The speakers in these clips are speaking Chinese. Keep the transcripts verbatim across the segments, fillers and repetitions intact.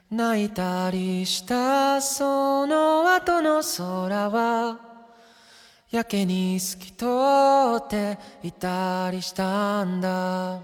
泣いたりしたその後の空はやけに透き通っていたりしたんだ。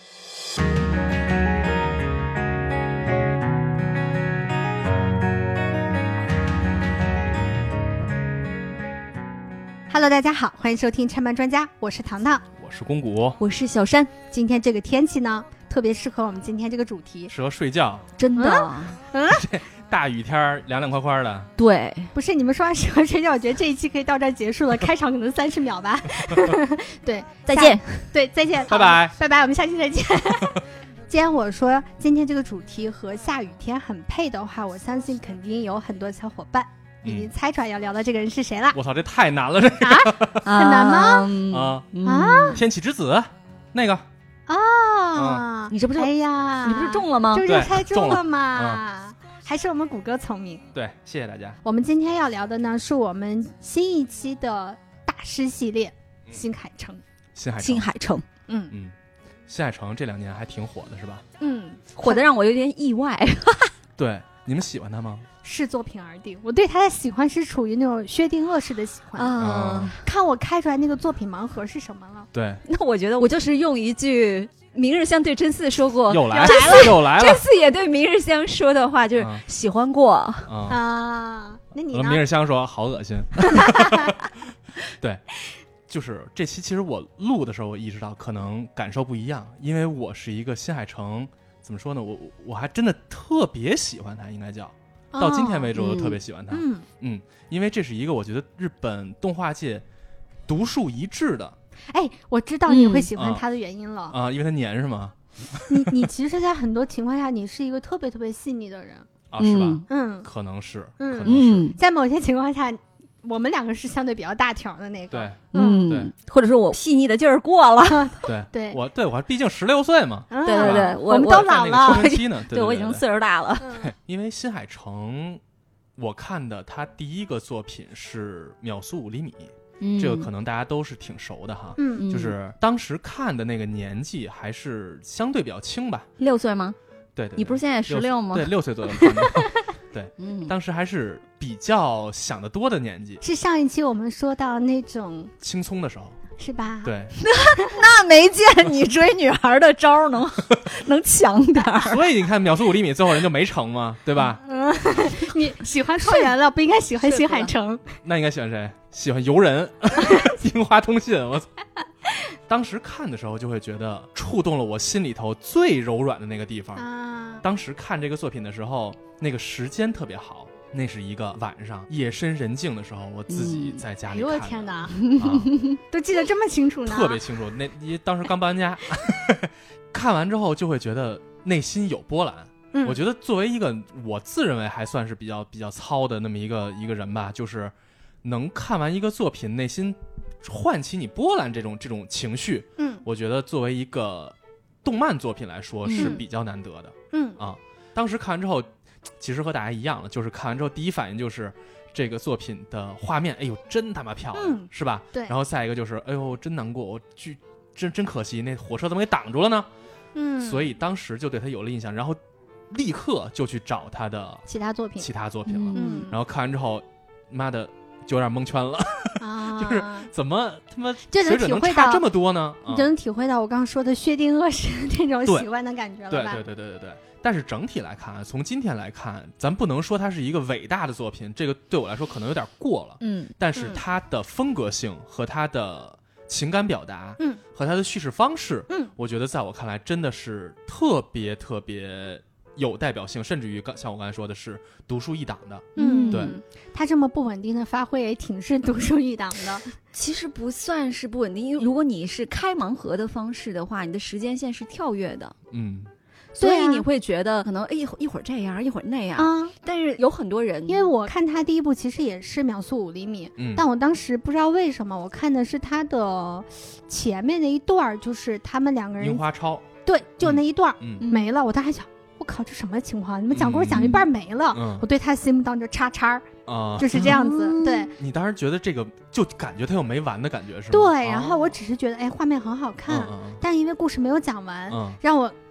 Hello， 大家好，欢迎收听拆漫专家，我是糖糖， 我是公谷， 我是小山。 今天这个天气呢，特别适合我们今天这个主题， 适合睡觉， 真的。 嗯， 这大雨天凉凉快快的。 对， 不是你们说完适合睡觉，我觉得这一期可以到这儿结束了，开场可能三十秒吧。对， 再见。 对，再见， 拜拜， 拜拜，我们下期再见。既然我说今天这个主题和下雨天很配的话，我相信肯定有很多小伙伴已经猜出来要聊的这个人是谁了。 我操，这太难了，这个啊，很难吗？ 啊啊， 天启之子那个啊， 你这不是哎呀， 你不是中了吗？ 这不就猜中了吗？ 啊、 还是我们谷歌聪明。 对，谢谢大家。 我们今天要聊的呢，是我们新一期的大师系列《新海诚》。 新海诚， 新海诚， 嗯嗯，新海诚这两年还挺火的，是吧？ 嗯， 火的让我有点意外。 对，你们喜欢他吗？ 视作品而定，我对他的喜欢是处于那种薛定谔式的喜欢。 啊， 看我开出来那个作品盲盒是什么了？ 对， 那我觉得我就是用一句明日香对真嗣说过， 又来了， 又来了， 真嗣也对明日香说的话就是喜欢过啊。 啊，那你呢？ 明日香说好恶心。对。就是这期其实我录的时候我意识到可能感受不一样，因为我是一个新海诚怎么说呢，我我还真的特别喜欢他，应该叫到今天为止我都特别喜欢他。 嗯嗯，因为这是一个我觉得日本动画界独树一帜的。 哎，我知道你会喜欢他的原因了啊、嗯呃，因为他黏是吗？ 你你其实在很多情况下你是一个特别特别细腻的人啊，是吧？ 嗯， 可能是， 嗯， 可能是， 嗯， 在某些情况下我们两个是相对比较大条的那个。 对， 嗯， 对， 或者说我细腻的劲儿过了。 对对， 我对我毕竟十六岁嘛。 嗯、 对对对， 我们都老了。 青春期呢，对, 对, 对, 对，我已经岁数大了。 对，因为新海诚，我看的他第一个作品是《秒速五厘米》，嗯，这个可能大家都是挺熟的哈。 嗯， 就是当时看的那个年纪还是相对比较轻吧。 六岁吗？ 对 对, 对， 你不是现在十六吗？ 对，六岁左右看的。对， 嗯， 当时还是比较想得多的年纪， 是上一期我们说到那种青葱的时候， 是吧？ 对， 那没见你追女孩的招能能强点儿， 所以你看秒速五厘米最后人就没成嘛，对吧？ 嗯，你喜欢创元了，不应该喜欢新海诚。 那应该喜欢谁？喜欢游人，樱花通信。我操！当时看的时候就会觉得触动了我心里头最柔软的那个地方啊。 当时看这个作品的时候，那个时间特别好，那是一个晚上夜深人静的时候，我自己在家里看的。 哎呦我天哪、啊！都记得这么清楚呢？ 特别清楚。那你当时刚搬家，看完之后就会觉得内心有波澜。嗯、我觉得作为一个我自认为还算是比较比较糙的那么一个一个人吧，就是能看完一个作品，内心唤起你波澜这种这种情绪， 嗯， 我觉得作为一个动漫作品来说是比较难得的。 嗯啊，当时看完之后，其实和大家一样了，就是看完之后第一反应就是这个作品的画面，哎呦，真他妈漂亮， 嗯、 是吧？ 对。 然后再一个就是，哎呦，真难过，我巨真真可惜，那火车怎么给挡住了呢？ 嗯， 所以当时就对他有了印象，然后立刻就去找他的其他作品， 其他作品了。 嗯， 然后看完之后，妈的。就有点蒙圈了， 啊、 就是怎么他妈水准能差这么多呢？ 你就能体会到我刚刚说的薛定谔式这种喜欢的感觉了吧？ 对对对对对对。但是整体来看，从今天来看，咱不能说它是一个伟大的作品，这个对我来说可能有点过了。 嗯， 但是它的风格性和它的情感表达， 嗯， 和它的叙事方式， 嗯， 我觉得在我看来真的是特别特别有代表性，甚至于像我刚才说的是独树一档的。 嗯， 对， 他这么不稳定的发挥也挺是独树一档的。 其实不算是不稳定，因为如果你是开盲盒的方式的话，你的时间线是跳跃的。 嗯， 所以你会觉得可能哎一会儿这样一会儿那样啊。 但是有很多人， 因为我看他第一部其实也是秒速五厘米， 嗯， 但我当时不知道为什么我看的是他的前面的一段，就是他们两个人樱花超， 对，就那一段、 嗯、 没了。我当时还想，我靠，这什么情况？你们讲故事讲一半没了， 嗯、 我对他心目当中叉叉啊， 就是这样子。嗯、对， 你当时觉得这个就感觉他有没完的感觉是吗？ 对，然后我只是觉得哎，画面很好看， 嗯嗯、 但因为故事没有讲完， 嗯、 让我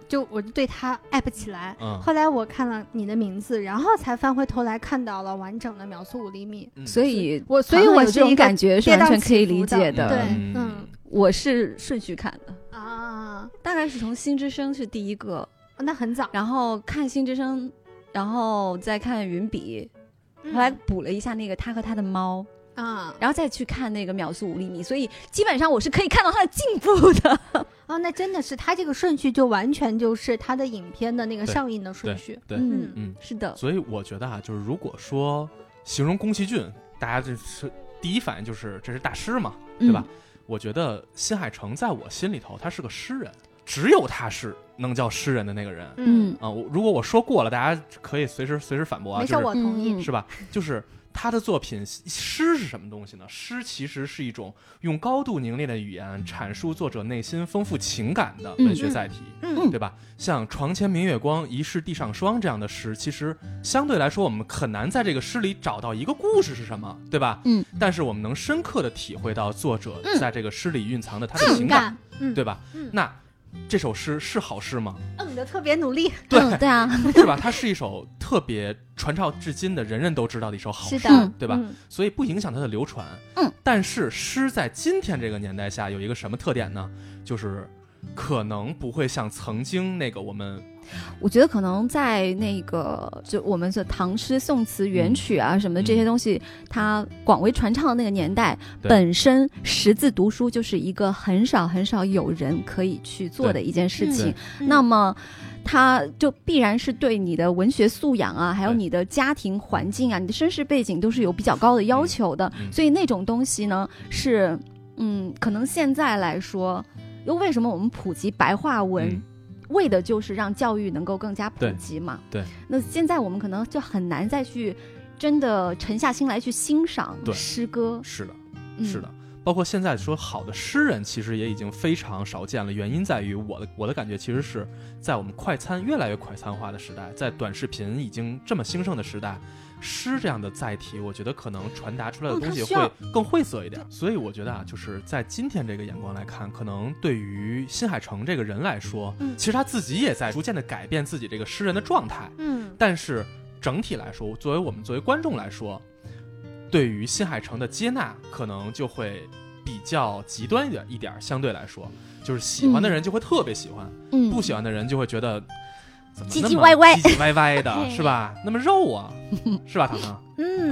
就我就对他爱不起来。 嗯、 后来我看了你的名字，然后才翻回头来看到了完整的秒速五厘米。 嗯、 所以我所以我这种感觉是完全可以理解的。对， 嗯， 嗯， 我是顺序看的啊， 大概是从《新之声》是第一个， 哦、那很早， 然后看《新之声》，然后再看《云笔》， 嗯、 后来补了一下那个他和他的猫。 啊， 然后再去看那个秒速五厘米，所以基本上我是可以看到他的进步的。 哦，那真的是他这个顺序就完全就是他的影片的那个上映的顺序。 对， 嗯嗯， 是的。 所以我觉得啊，就是如果说形容宫崎骏，大家这是第一反应就是这是大师嘛，对吧？嗯、我觉得新海诚在我心里头他是个诗人，只有他是能叫诗人的那个人。 嗯啊，我如果我说过了，大家可以随时随时反驳啊。 没事，就是、我同意， 是吧？就是。他的作品诗是什么东西呢？诗其实是一种用高度凝练的语言阐述作者内心丰富情感的文学载体， 嗯嗯、 对吧？像床前明月光，疑是地上霜这样的诗，其实相对来说我们很难在这个诗里找到一个故事是什么，对吧？ 嗯， 但是我们能深刻的体会到作者在这个诗里蕴藏的他的情感， 嗯、对吧？ 嗯、 那这首诗是好诗吗？ 嗯的特别努力， 对、 嗯、对啊， 是吧？它是一首特别传唱至今的，人人都知道的一首好诗，对吧、 嗯？ 所以不影响它的流传。 嗯， 但是诗在今天这个年代下有一个什么特点呢？就是可能不会像曾经那个我们。 我觉得可能在那个就我们的唐诗宋词元曲啊什么的这些东西、嗯、它广为传唱的那个年代，本身识字读书就是一个很少很少有人可以去做的一件事情，那么它就必然是对你的文学素养啊，还有你的家庭环境啊，你的身世背景都是有比较高的要求的、 嗯嗯、 所以那种东西呢是嗯，可能现在来说，又为什么我们普及白话文、嗯，为的就是让教育能够更加普及嘛。 对。对那现在我们可能就很难再去真的沉下心来去欣赏诗歌。 是的， 嗯、 是的。包括现在说好的诗人，其实也已经非常少见了。原因在于我的我的感觉，其实是在我们快餐越来越快餐化的时代，在短视频已经这么兴盛的时代，诗这样的载体，我觉得可能传达出来的东西会更晦涩一点。嗯、所以我觉得啊，就是在今天这个眼光来看，可能对于新海诚这个人来说， 嗯、 其实他自己也在逐渐的改变自己这个诗人的状态。 嗯， 但是整体来说，作为我们作为观众来说，对于新海诚的接纳，可能就会比较极端一点一点。相对来说，就是喜欢的人就会特别喜欢， 嗯、 不喜欢的人就会觉得。 唧唧歪歪， 唧唧歪歪的是吧？那么肉啊，是吧，糖糖？ 嗯，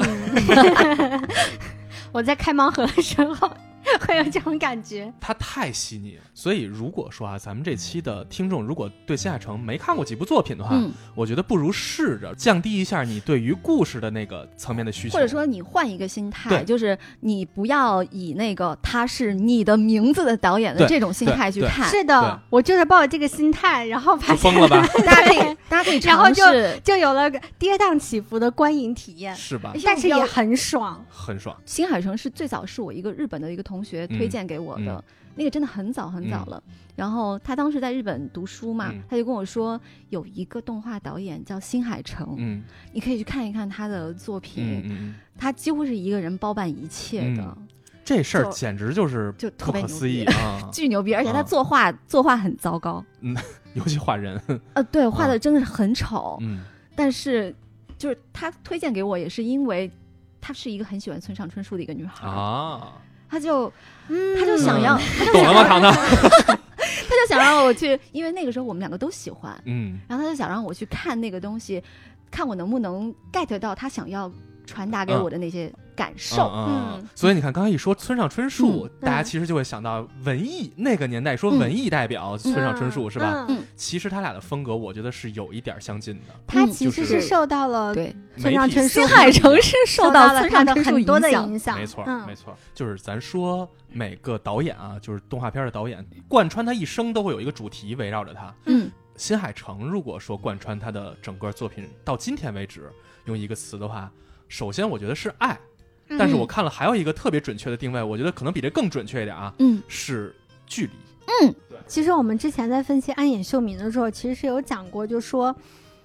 我在开盲盒的时候会有这种感觉， 它太细腻了。所以如果说啊，咱们这期的听众如果对新海诚没看过几部作品的话、嗯、我觉得不如试着降低一下你对于故事的那个层面的需求， 或者说你换一个心态，就是你不要以那个他是你的名字的导演的这种心态去看。 是的，我就是抱着这个心态，然后发现疯了吧大家可以大家可以然后就就有了跌宕起伏的观影体验， 是吧？ 但是也很爽， 很爽。 新海诚是最早是我一个日本的一个同学推荐给我的、嗯嗯、那个真的很早很早了、嗯、然后他当时在日本读书嘛、嗯、他就跟我说有一个动画导演叫新海诚，嗯，你可以去看一看他的作品，嗯嗯、他几乎是一个人包办一切的、嗯、 这事儿简直就是就不可思议啊， 巨牛逼，而且他作画、啊、作画很糟糕， 嗯，尤其画人呃对，画的真的是很丑， 嗯， 但是就是他推荐给我也是因为她是一个很喜欢村上春树的一个女孩啊， 她就， 嗯、 她就想要，她就懂了吗，糖糖？ 她就想让我去，因为那个时候我们两个都喜欢， 嗯， 然后她就想让我去看那个东西，看我能不能 get 到她想要传达给我的那些感受。 嗯，嗯嗯所以你看，刚才一说村上春树、嗯，大家其实就会想到文艺、嗯、那个年代说文艺代表、嗯、村上春树、嗯、是吧？ 嗯， 其实他俩的风格，我觉得是有一点相近的。 他其实是受到了对村上春树， 新海诚是受到了他的很多的影响。 没错， 嗯、 没错，就是咱说每个导演啊，就是动画片的导演，贯穿他一生都会有一个主题围绕着他。 嗯， 新海诚如果说贯穿他的整个作品到今天为止，用一个词的话。首先我觉得是爱，但是我看了还有一个特别准确的定位、嗯、我觉得可能比这更准确一点啊， 嗯， 是距离。 嗯，对。其实我们之前在分析安野秀明的时候其实是有讲过，就说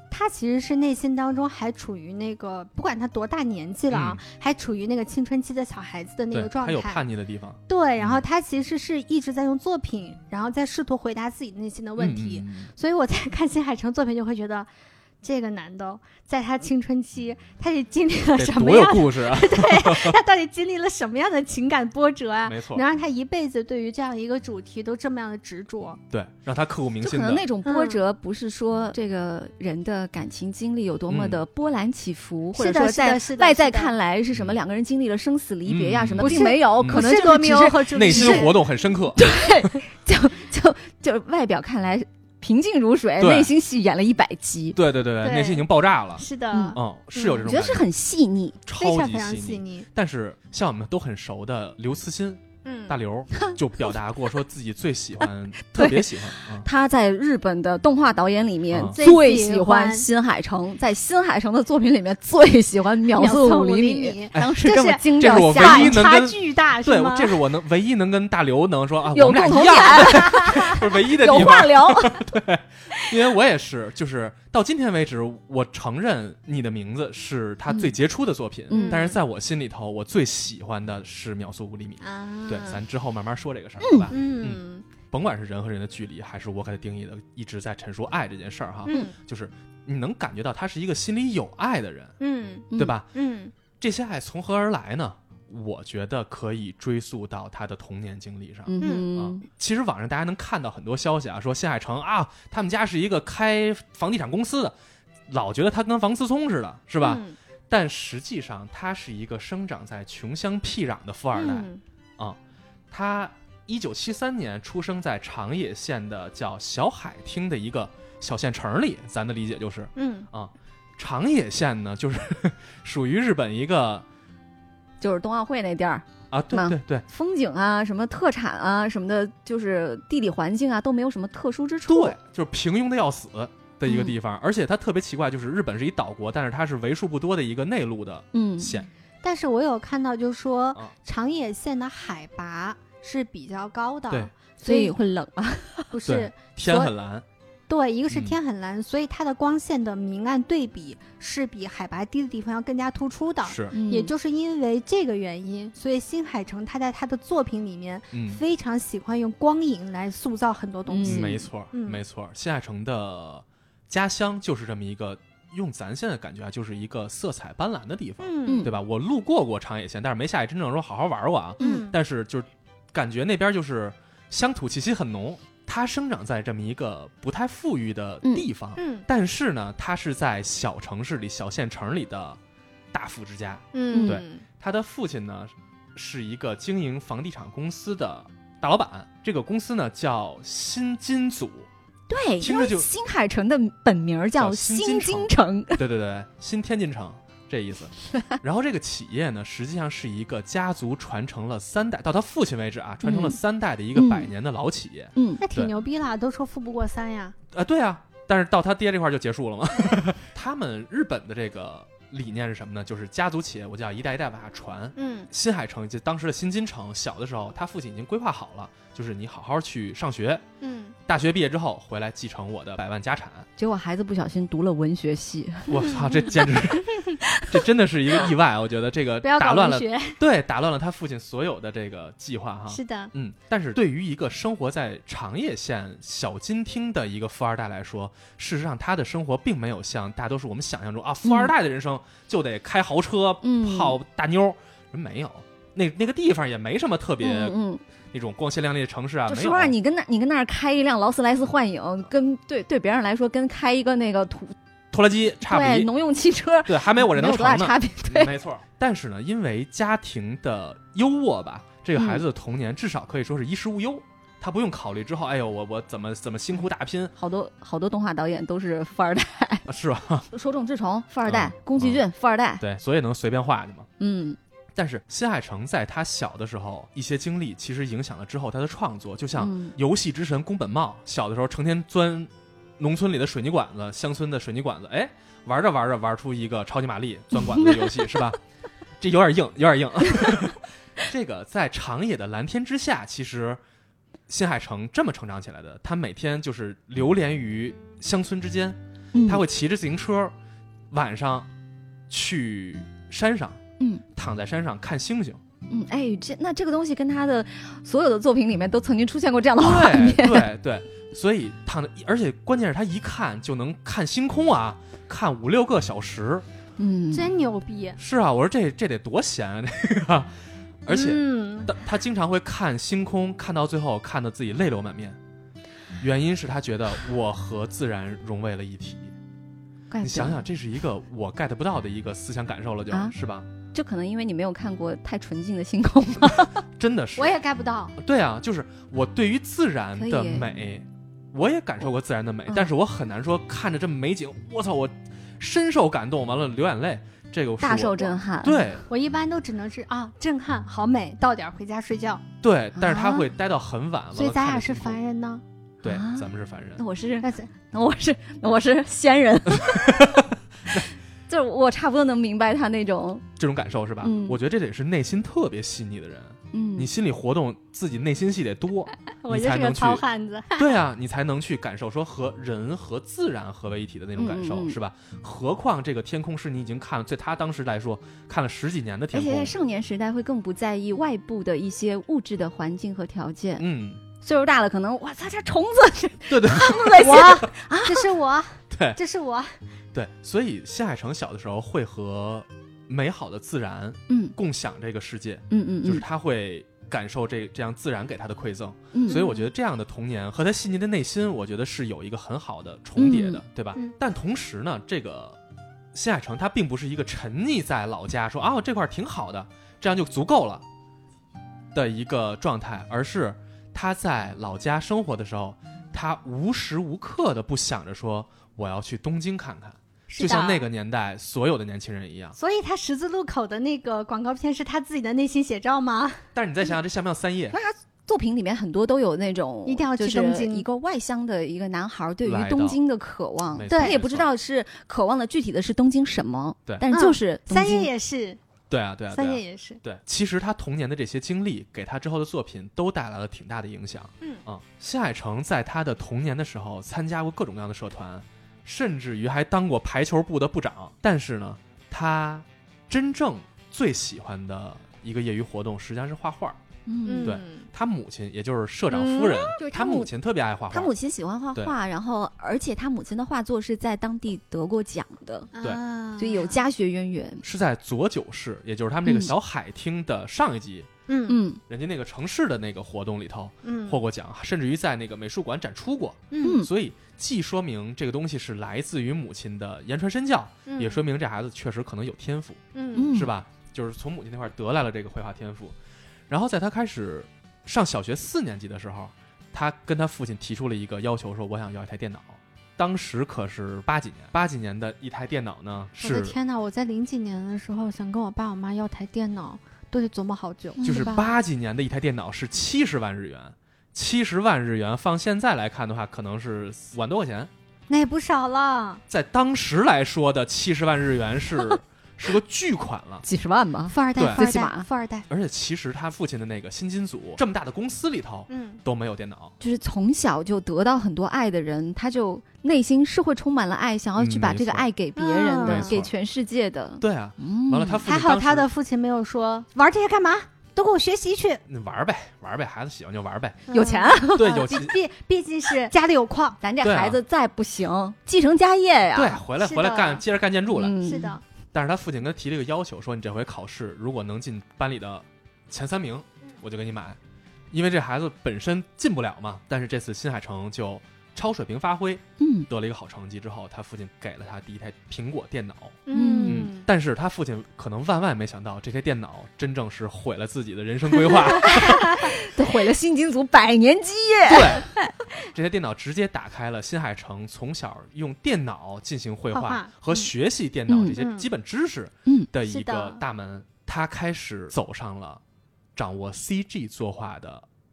他其实是内心当中还处于那个不管他多大年纪了啊、嗯，还处于那个青春期的小孩子的那个状态， 还有叛逆的地方。 对，然后他其实是一直在用作品，然后在试图回答自己内心的问题。 嗯嗯嗯， 所以我在看新海诚作品就会觉得，这个男的在他青春期，他得经历了什么样的多有故事啊？ 对，他到底经历了什么样的情感波折啊？ 没错， 能让他一辈子对于这样一个主题都这么样的执着。 对，让他刻骨铭心的。 就可能那种波折不是说这个人的感情经历有多么的波澜起伏，嗯、或者说在外在看来是什么两个人经历了生死离别呀、嗯、什么，并没有，可能就是只是内心活动很深刻。 对，就就就外表看来平静如水，内心戏演了一百集。 对对对对，内心已经爆炸了。 是的， 嗯，嗯是有这种感觉， 我觉得是很细腻， 超级细腻。 细腻。但是像我们都很熟的刘慈欣。嗯、大刘就表达过说自己最喜欢特别喜欢、嗯、 他在日本的动画导演里面最喜欢新海诚、嗯、在新海诚的作品里面最喜欢秒速五厘米，当时这么精调下差巨大， 对，这是我能唯一能跟大刘能说啊， 有共同点， 是唯一的地方， 有话聊。 对，因为我也是，就是到今天为止，我承认你的名字是他最杰出的作品，嗯、但是在我心里头，我最喜欢的是秒速五厘米。啊、对。咱之后慢慢说这个事儿，好吧？ 嗯， 嗯，甭管是人和人的距离，还是我给他定义的一直在陈述爱这件事儿哈，嗯，就是你能感觉到他是一个心里有爱的人， 嗯， 对吧？ 嗯， 这些爱从何而来呢？我觉得可以追溯到他的童年经历上。 嗯啊，其实网上大家能看到很多消息啊，说新海诚啊，他们家是一个开房地产公司的，老觉得他跟王思聪似的，是吧？ 嗯、 但实际上他是一个生长在穷乡僻壤的富二代。 嗯啊，他一九七三年出生在长野县的叫小海町的一个小县城里，咱的理解就是， 嗯啊，长野县呢就是属于日本一个， 就是冬奥会那地儿啊，对对对， 风景啊，什么特产啊，什么的，就是地理环境啊，都没有什么特殊之处， 对，就是平庸的要死的一个地方，嗯、而且它特别奇怪，就是日本是一岛国，但是它是为数不多的一个内陆的县。 嗯但是我有看到，就是说长野县的海拔是比较高的， 对， 所以会冷啊。 不是， 天很蓝。 对，一个是天很蓝，嗯、所以它的光线的明暗对比是比海拔低的地方要更加突出的。 是， 嗯、也就是因为这个原因，所以新海诚他在他的作品里面非常喜欢用光影来塑造很多东西。 嗯、没错，嗯、没错。新海诚的家乡就是这么一个。用咱现在感觉啊，就是一个色彩斑斓的地方， 嗯， 对吧？我路过过长野县，但是没下去真正说好好玩过啊。 嗯， 但是就是感觉那边就是乡土气息很浓。它生长在这么一个不太富裕的地方， 嗯， 但是呢，它是在小城市里、小县城里的大富之家。 嗯， 对，他的父亲呢是一个经营房地产公司的大老板，这个公司呢叫新金组。 对， 听着就新海诚的本名叫新金城， 对对对，新天津城这意思。然后这个企业呢，实际上是一个家族传承了三代，到他父亲为止啊，传承了三代的一个百年的老企业。 嗯， 那挺牛逼了，都说富不过三呀。 啊，对啊，但是到他爹这块就结束了嘛。他们日本的这个理念是什么呢？就是家族企业，我叫一代一代往下传。 嗯， 新海诚就当时的新金城，小的时候他父亲已经规划好了，就是你好好去上学， 嗯， 大学毕业之后回来继承我的百万家产。 结果孩子不小心读了文学系， 我操，这简直这真的是一个意外。我觉得这个打乱了，对，打乱了他父亲所有的这个计划哈。 是的， 嗯，但是对于一个生活在长野县小金町的一个富二代来说，事实上他的生活并没有像大多数我们想象中啊，富二代的人生就得开豪车、 嗯、 泡大妞，人没有。那那个地方也没什么特别， 嗯嗯， 那种光鲜亮丽的城市啊， 就说话你跟那你跟那儿开一辆劳斯莱斯幻影，跟对对别人来说跟开一个那个土拖拉机差不对农用汽车， 对还没我这能成呢， 没有多大差别，对， 没错。但是呢，因为家庭的优渥吧，这个孩子的童年至少可以说是衣食无忧。嗯，他不用考虑之后，哎呦，我我怎么怎么辛苦打拼。 好多好多动画导演都是富二代， 啊、是吧？ 手冢治虫富二代， 嗯、 宫崎骏、嗯、富二代， 对，所以能随便画去嘛。 嗯。 但是新海诚在他小的时候一些经历，其实影响了之后他的创作。就像游戏之神宫本茂，小的时候成天钻农村里的水泥管子，乡村的水泥管子，哎，玩着玩着玩出一个超级玛丽钻管子的游戏，是吧？这有点硬，有点硬。这个在长野的蓝天之下，其实新海诚这么成长起来的，他每天就是流连于乡村之间。 嗯、 他会骑着自行车晚上去山上， 嗯， 躺在山上看星星。 嗯，哎，这那这个东西跟他的所有的作品里面都曾经出现过这样的画面。 对对对，所以躺着，而且关键是他一看就能看星空啊，看五六个小时。 嗯， 真牛逼。 是啊，我说这这得多闲啊，这个。而且、 嗯、 他, 他经常会看星空，看到最后看得自己泪流满面，原因是他觉得我和自然融为了一体。你想想，这是一个我 get 不到的一个思想感受了就，就、啊、是吧？ 就可能因为你没有看过太纯净的星空吧。 真的是， 我也 get 不到。 对啊，就是我对于自然的美，我也感受过自然的美，但是我很难说看着这么美景，我操，我深受感动，完了流眼泪。这个大受震撼。 对， 我一般都只能是啊，震撼，好美，到点回家睡觉。 对，但是他会待到很晚。 啊、所以咱俩是凡人呢。 对、啊，咱们是凡人。 那我是，那我是，那我是仙人。就是我差不多能明白他那种这种感受，是吧？嗯、我觉得这得是内心特别细腻的人。 嗯， 你心里活动自己内心戏得多， 我就是个糙汉子。 对啊，你才能去感受说和人和自然合为一体的那种感受， 嗯、 是吧？何况这个天空是你已经看了，对他当时来说看了十几年的天空， 而且在少年时代会更不在意外部的一些物质的环境和条件。 嗯， 岁数大了，可能哇操，这虫子， 对对， 我啊，这是我， 对， 这是我， 对，所以新海诚小的时候会和美好的自然， 嗯， 共享这个世界， 嗯嗯， 就是他会感受这这样自然给他的馈赠， 嗯， 所以我觉得这样的童年和他细腻的内心，我觉得是有一个很好的重叠的， 嗯、 对吧、 嗯？ 但同时呢，这个新海诚他并不是一个沉溺在老家说啊这块挺好的，这样就足够了的一个状态，而是他在老家生活的时候，他无时无刻的不想着说我要去东京看看。就像那个年代所有的年轻人一样， 所以他十字路口的那个广告片是他自己的内心写照吗？ 但是你再想想，这像不像三叶？ 那他作品里面很多都有那种一定要去东京， 一个外乡的一个男孩对于东京的渴望， 对， 他也不知道是渴望的具体的是东京什么， 对， 但是就是东京、 嗯、三叶也是， 对啊，对啊， 三叶也是， 对。其实他童年的这些经历，给他之后的作品都带来了挺大的影响。 嗯啊，新海诚在他的童年的时候参加过各种各样的社团。甚至于还当过排球部的部长，但是呢，他真正最喜欢的一个业余活动实际上是画画。 嗯， 对，他母亲也就是社长夫人， 嗯、就是他母亲特别爱画画。 他母亲喜欢画画，然后而且他母亲的画作是在当地得过奖的， 对， 啊、 所以有家学渊源。 是在佐久市，也就是他们这个小海厅的上一集。 嗯嗯， 人家那个城市的那个活动里头， 嗯， 获过奖，甚至于在那个美术馆展出过， 嗯， 所以既说明这个东西是来自于母亲的言传身教， 嗯、 也说明这孩子确实可能有天赋， 嗯， 是吧？就是从母亲那块得来了这个绘画天赋。然后在他开始上小学四年级的时候，他跟他父亲提出了一个要求，说我想要一台电脑。当时可是八几年，八几年的一台电脑呢，是我的天哪！我在零几年的时候想跟我爸我妈要台电脑。都得琢磨好久， 就是八几年的一台电脑是七十万日元，七十万日元放现在来看的话，可能是五万多块钱， 那也不少了。 在当时来说的七十万日元是是个巨款了， 几十万吧， 富二代，富二代，富二代。 而且其实他父亲的那个新金组这么大的公司里头， 嗯， 都没有电脑。 就是从小就得到很多爱的人，他就内心是会充满了爱，想要去把这个爱给别人的， 嗯、 给全世界的。 对啊， 嗯、 完了他父亲还好他的父亲没有说玩这些干嘛，都给我学习去。 那玩呗，玩呗，孩子喜欢就玩呗， 有钱啊， 对，有钱。 毕毕竟是家里有矿， 咱这孩子再不行，啊、继承家业呀。 对，回来回来干，接着干建筑了。 是的。 但是他父亲跟他提了一个要求，说你这回考试如果能进班里的前三名，我就给你买。因为这孩子本身进不了嘛，但是这次新海诚就超水平发挥， 嗯， 得了一个好成绩之后，他父亲给了他第一台苹果电脑， 嗯嗯，但是他父亲可能万万没想到，这台电脑真正是毁了自己的人生规划， 都毁了新金组百年基业。 对，这台电脑直接打开了新海诚从小用电脑进行绘画和学习电脑这些基本知识的一个大门，他开始走上了掌握 C G 作画的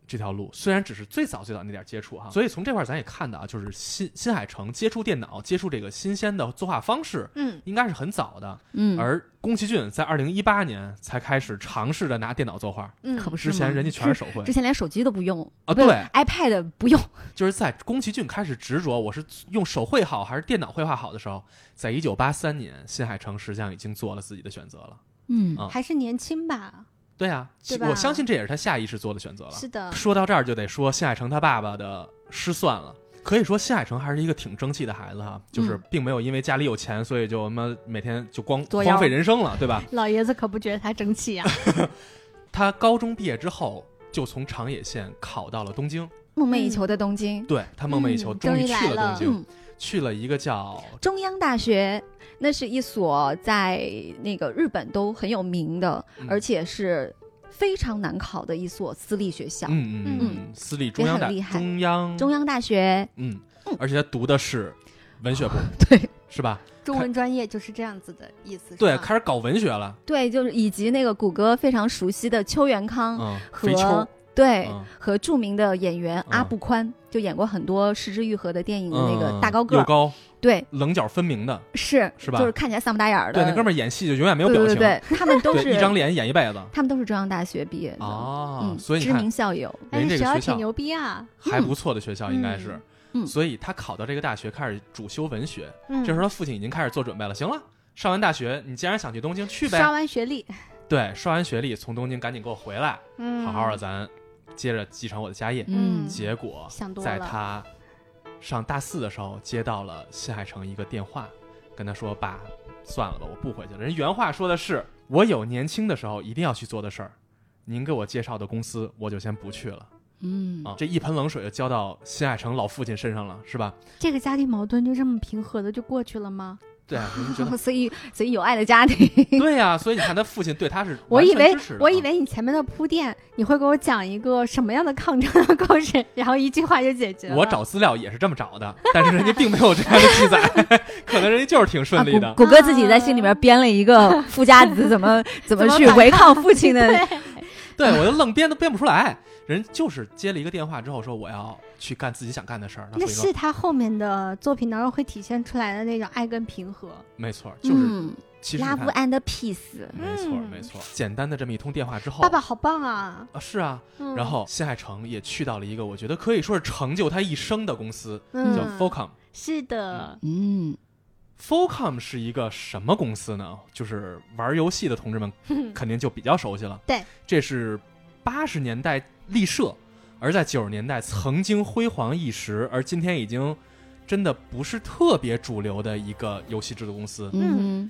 这条路，虽然只是最早最早那点接触哈，所以从这块咱也看到啊，就是新新海诚接触电脑，接触这个新鲜的作画方式， 嗯， 应该是很早的， 嗯， 而宫崎骏在二零一八年才开始尝试着拿电脑作画， 嗯， 可不是之前人家全是手绘， 之前连手机都不用啊，对 ，iPad 不用， 就是在宫崎骏开始执着我是用手绘好还是电脑绘画好的时候，在一九八三年，新海诚实际上已经做了自己的选择了， 嗯， 啊还是年轻吧。 对啊， 对吧我相信这也是他下意识做的选择了。 是的， 说到这儿就得说新海诚他爸爸的失算了。可以说新海诚还是一个挺争气的孩子哈，就是并没有因为家里有钱，所以就他妈每天就光荒废人生了，对吧？ 老爷子可不觉得他争气啊。 他高中毕业之后就从长野县考到了东京， 梦寐以求的东京， 对他梦寐以求， 嗯终于去了东京， 嗯， 去了一个叫中央大学，那是一所在那个日本都很有名的， 嗯而且是非常难考的一所私立学校。 嗯嗯嗯，私立中央大也很厉害中央中央大学， 嗯，而且他读的是文学部， 对是吧？ 中文专业就是这样子的意思。 对， 是吧开始搞文学了。 对，就是以及那个谷歌非常熟悉的邱元康嗯， 和、 肥秋， 对、 嗯和著名的演员嗯阿部宽，就演过很多失之愈合的电影的那个嗯大高个儿， 又高， 对， 棱角分明的， 是是吧就是看起来丧不打眼儿的。 对，那哥们儿演戏就永远没有表情， 对对对，他们都对是一张脸演一辈子。 他们都是中央大学毕业的哦， 嗯，知所以你看名校友。 哎， 人这个学校学校挺牛逼啊。 还不错的学校应该是， 嗯所以他考到这个大学开始主修文学， 嗯， 这时候他父亲已经开始做准备了。行了，上完大学，你既然想去东京，去呗。 刷完学历， 对，刷完学历从东京赶紧给我回来， 嗯， 好好的咱接着继承我的家业。 嗯结果想多了在他上大四的时候，接到了新海诚一个电话，跟他说：“爸，算了吧，我不回去了。”人原话说的是：“我有年轻的时候一定要去做的事儿，您给我介绍的公司，我就先不去了。” 嗯啊，这一盆冷水就浇到新海诚老父亲身上了，是吧？ 这个家庭矛盾就这么平和的就过去了吗？ 对啊，人觉得所以所以有爱的家庭， 对呀、所以你看他父亲对他是我以为完全支持的啊我以为你前面的铺垫，你会给我讲一个什么样的抗争的故事，然后一句话就解决了。 我找资料也是这么找的，但是人家并没有这样的记载，可能人家就是挺顺利的。 啊、谷谷歌自己在心里面编了一个富家子怎么怎么去违抗父亲的， 对，我就愣编都编不出来。人就是接了一个电话之后说我要去干自己想干的事儿， 那是他后面的作品当中会体现出来的那种爱跟平和。 没错，就是、 嗯、 其实 love and peace， 没错没错。简单的这么一通电话之后， 爸爸好棒啊！ 啊是啊、 嗯， 然后新海诚也去到了一个我觉得可以说是成就他一生的公司， 嗯、 叫 Focom。 是的， 嗯。 Focom 是一个什么公司呢？就是玩游戏的同志们肯定就比较熟悉了。 对， 这是八十年代立社，而在九十年代曾经辉煌一时，而今天已经真的不是特别主流的一个游戏制作公司。 嗯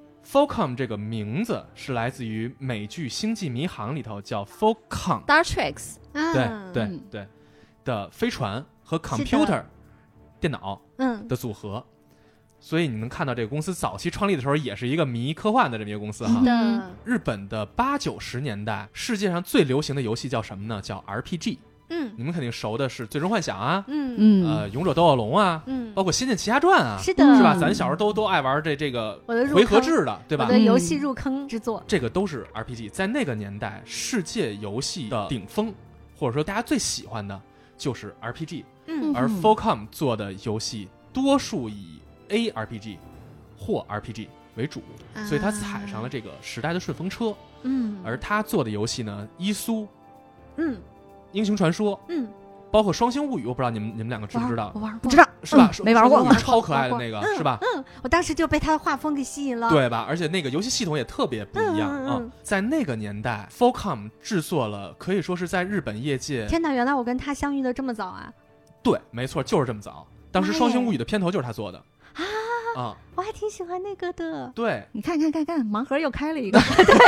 Focom 这个名字是来自于美剧《星际迷航》里头叫 Focom， ，Star Trek， 对啊、 对嗯对的飞船和是 computer 的电脑嗯的组合。所以你能看到这个公司早期创立的时候也是一个迷科幻的这么一个公司哈。 的， 日本的八九十年代，世界上最流行的游戏叫什么呢？叫 R P G。 嗯你们肯定熟的是《最终幻想》啊， 嗯嗯呃，《勇者斗恶龙》啊， 嗯， 包括《仙剑奇侠传》啊， 是的， 是吧？ 嗯咱小时候都都爱玩这这个我的入回合坑制的，对吧我？的游戏入坑之作。 这个都是 R P G，在那个年代，世界游戏的顶峰，或者说大家最喜欢的就是 R P G， 嗯而嗯 Focom 做的游戏多数以 A R P G 或 R P G 为主，所以它踩上了这个时代的顺风车。 嗯， 而他做的游戏呢，伊苏、 嗯英雄传说， 嗯， 包括双星物语，我不知道你们你们两个知不知道我？玩不知道是吧？ 嗯没玩过双星物语超可爱的那个， 嗯是吧？ 嗯，我当时就被他的画风给吸引了。， 对吧？而且那个游戏系统也特别不一样啊、 嗯嗯嗯在那个年代 ，Focom 制作了可以说是在日本业界， 天哪，原来我跟他相遇的这么早啊！ 对，没错，就是这么早。当时《 妈耶双星物语》的片头就是他做的啊啊， 我还挺喜欢那个的。 对你看看看看，盲盒又开了一个，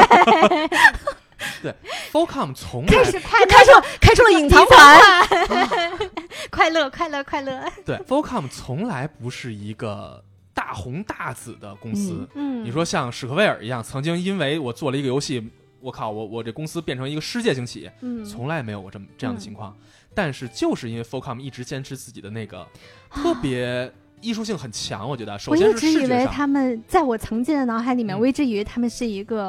对，Focom 从开来始快乐， 开出了开出了隐藏款。 快乐，快乐，快乐。 对 Focom 从来不是一个大红大紫的公司。 嗯， 你说像史克威尔一样，曾经因为我做了一个游戏，我靠，我我这公司变成一个世界性企业， 嗯， 从来没有过这么这样的情况。但是就是因为 Focom 一直坚持自己的那个特别艺术性很强，我觉得首我先一直以为是视觉上， 他们在我曾经的脑海里面， 嗯我一直以为他们是一个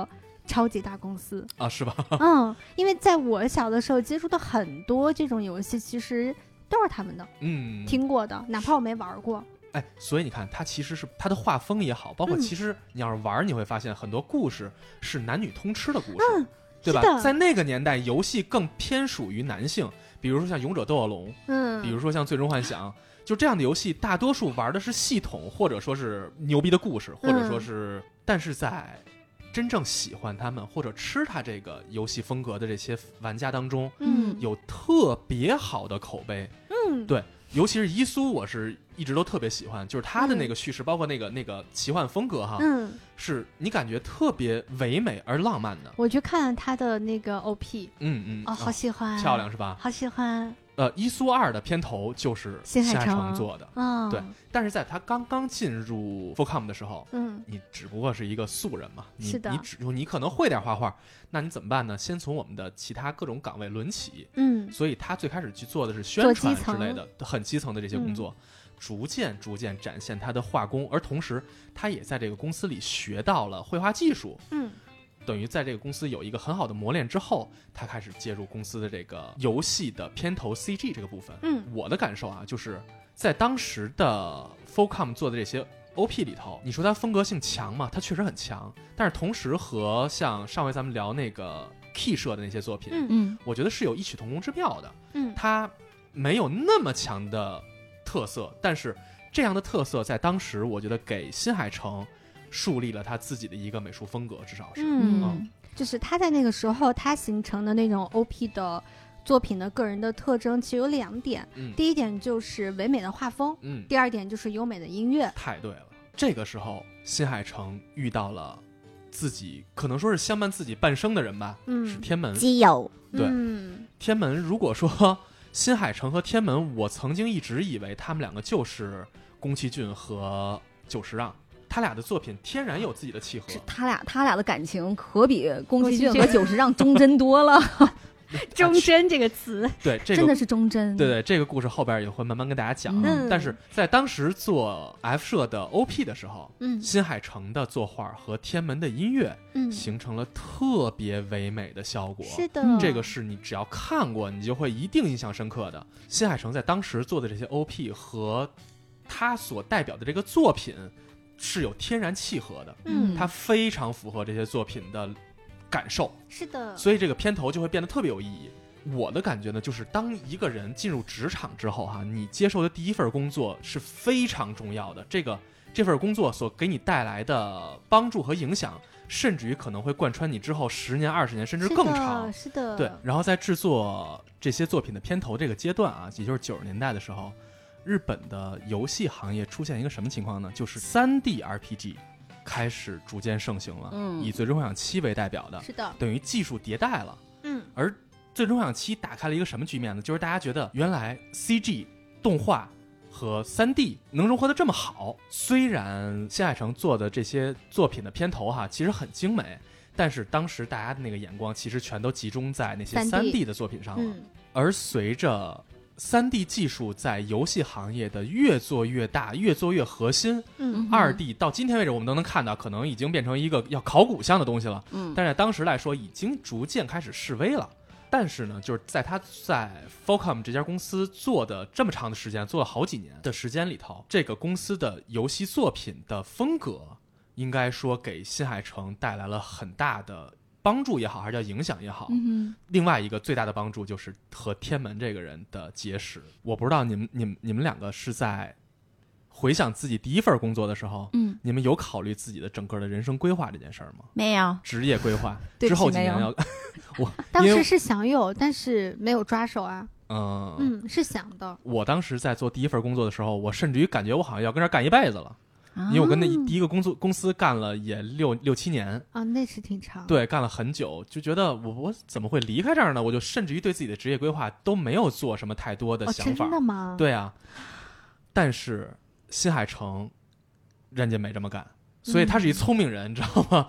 超级大公司啊，是吧？ 嗯，因为在我小的时候接触的很多这种游戏，其实都是他们的， 嗯， 听过的，哪怕我没玩过。 哎，所以你看，它其实是它的画风也好，包括其实你要是玩，你会发现很多故事是男女通吃的故事， 嗯、 对吧？在那个年代，游戏更偏属于男性，比如说像《勇者斗恶龙》，嗯，比如说像《最终幻想》，就这样的游戏，大多数玩的是系统，或者说是牛逼的故事，或者说是，嗯、但是在真正喜欢他们或者吃他这个游戏风格的这些玩家当中，嗯，有特别好的口碑，嗯，对。尤其是伊苏，我是一直都特别喜欢，就是他的那个叙事，嗯、包括那个那个奇幻风格哈，嗯，是你感觉特别唯美而浪漫的。 我去看了他的那个 O P， 嗯嗯， 哦，好喜欢， 漂亮是吧？ 好喜欢。 呃，伊苏二的片头就是新海诚做的， 哦， 对。但是在他刚刚进入 F O C O M 的时候，嗯，你只不过是一个素人嘛，你是的， 你只你可能会点画画，那你怎么办呢？先从我们的其他各种岗位轮起，嗯，所以他最开始去做的是宣传之类的，很基层的这些工作，嗯、逐渐逐渐展现他的画工，而同时他也在这个公司里学到了绘画技术，嗯。等于在这个公司有一个很好的磨练之后，他开始介入公司的这个游戏的片头 C G 这个部分。嗯，我的感受啊，就是在当时的 F O C O M 做的这些 O P 里头，你说它风格性强吗？它确实很强，但是同时和像上回咱们聊那个 Key 社的那些作品，嗯，我觉得是有异曲同工之妙的。嗯，它没有那么强的特色，但是这样的特色在当时，我觉得给新海诚树立了他自己的一个美术风格，至少是， 嗯，嗯就是他在那个时候他形成的那种 O P 的作品的个人的特征，其实有两点，嗯、第一点就是唯美的画风，嗯，第二点就是优美的音乐。 太对了，这个时候新海诚遇到了自己可能说是相伴自己半生的人吧，嗯，是天门基友， 对， 嗯， 天门。如果说新海诚和天门，我曾经一直以为他们两个就是宫崎骏和久石让。他俩的作品天然有自己的契合， 他俩他俩的感情可比宫崎骏和久石让忠贞多了。 忠贞这个词， 对，这个真的是忠贞。 对对，这个故事后边也会慢慢跟大家讲。嗯、但是在当时做 F 社的 O P 的时候，嗯，新海诚的作画和天门的音乐，嗯，形成了特别唯美的效果。 是的， 这个是你只要看过，你就会一定印象深刻的。新海诚在当时做的这些 O P 和他所代表的这个作品是有天然契合的，嗯，它非常符合这些作品的感受， 是的， 所以这个片头就会变得特别有意义。我的感觉呢，就是当一个人进入职场之后哈，你接受的第一份工作是非常重要的，这个这份工作所给你带来的帮助和影响，甚至于可能会贯穿你之后十年、二十年，甚至更长。 是的，是的， 对。然后在制作这些作品的片头这个阶段啊，也就是九十年代的时候。日本的游戏行业出现一个什么情况呢？就是 三 D R P G 开始逐渐盛行了，嗯，以最终幻想七为代表的， 是的， 等于技术迭代了，嗯，而最终幻想七打开了一个什么局面呢？就是大家觉得原来 C G 动画和 三 D 能融合的这么好，虽然新海诚做的这些作品的片头哈其实很精美，但是当时大家的那个眼光其实全都集中在那些 三 D 的作品上了，嗯，而随着三 D 技术在游戏行业的越做越大，越做越核心。嗯，二 D 到今天为止，我们都能看到，可能已经变成一个要考古项的东西了。嗯，但是在当时来说，已经逐渐开始式微了。但是呢，就是在他在 F O C O M 这家公司做的这么长的时间，做了好几年的时间里头，这个公司的游戏作品的风格，应该说给新海诚带来了很大的帮助也好，还是叫影响也好，嗯，另外一个最大的帮助就是和天门这个人的结识。我不知道你们、你们、你们两个是在回想自己第一份工作的时候，嗯，你们有考虑自己的整个的人生规划这件事儿吗？ 没有， 职业规划之后几年要，我当时是想有，但是没有抓手啊。 嗯嗯，是想的。 我当时在做第一份工作的时候，我甚至于感觉我好像要跟这儿干一辈子了。因为我跟那第一个工作公司干了也六六七年啊，那是挺长。 对，干了很久，就觉得我我怎么会离开这儿呢？我就甚至于对自己的职业规划都没有做什么太多的想法。 哦，真的吗？ 对啊，但是新海诚人家没这么干，所以他是一聪明人，嗯，你知道吗？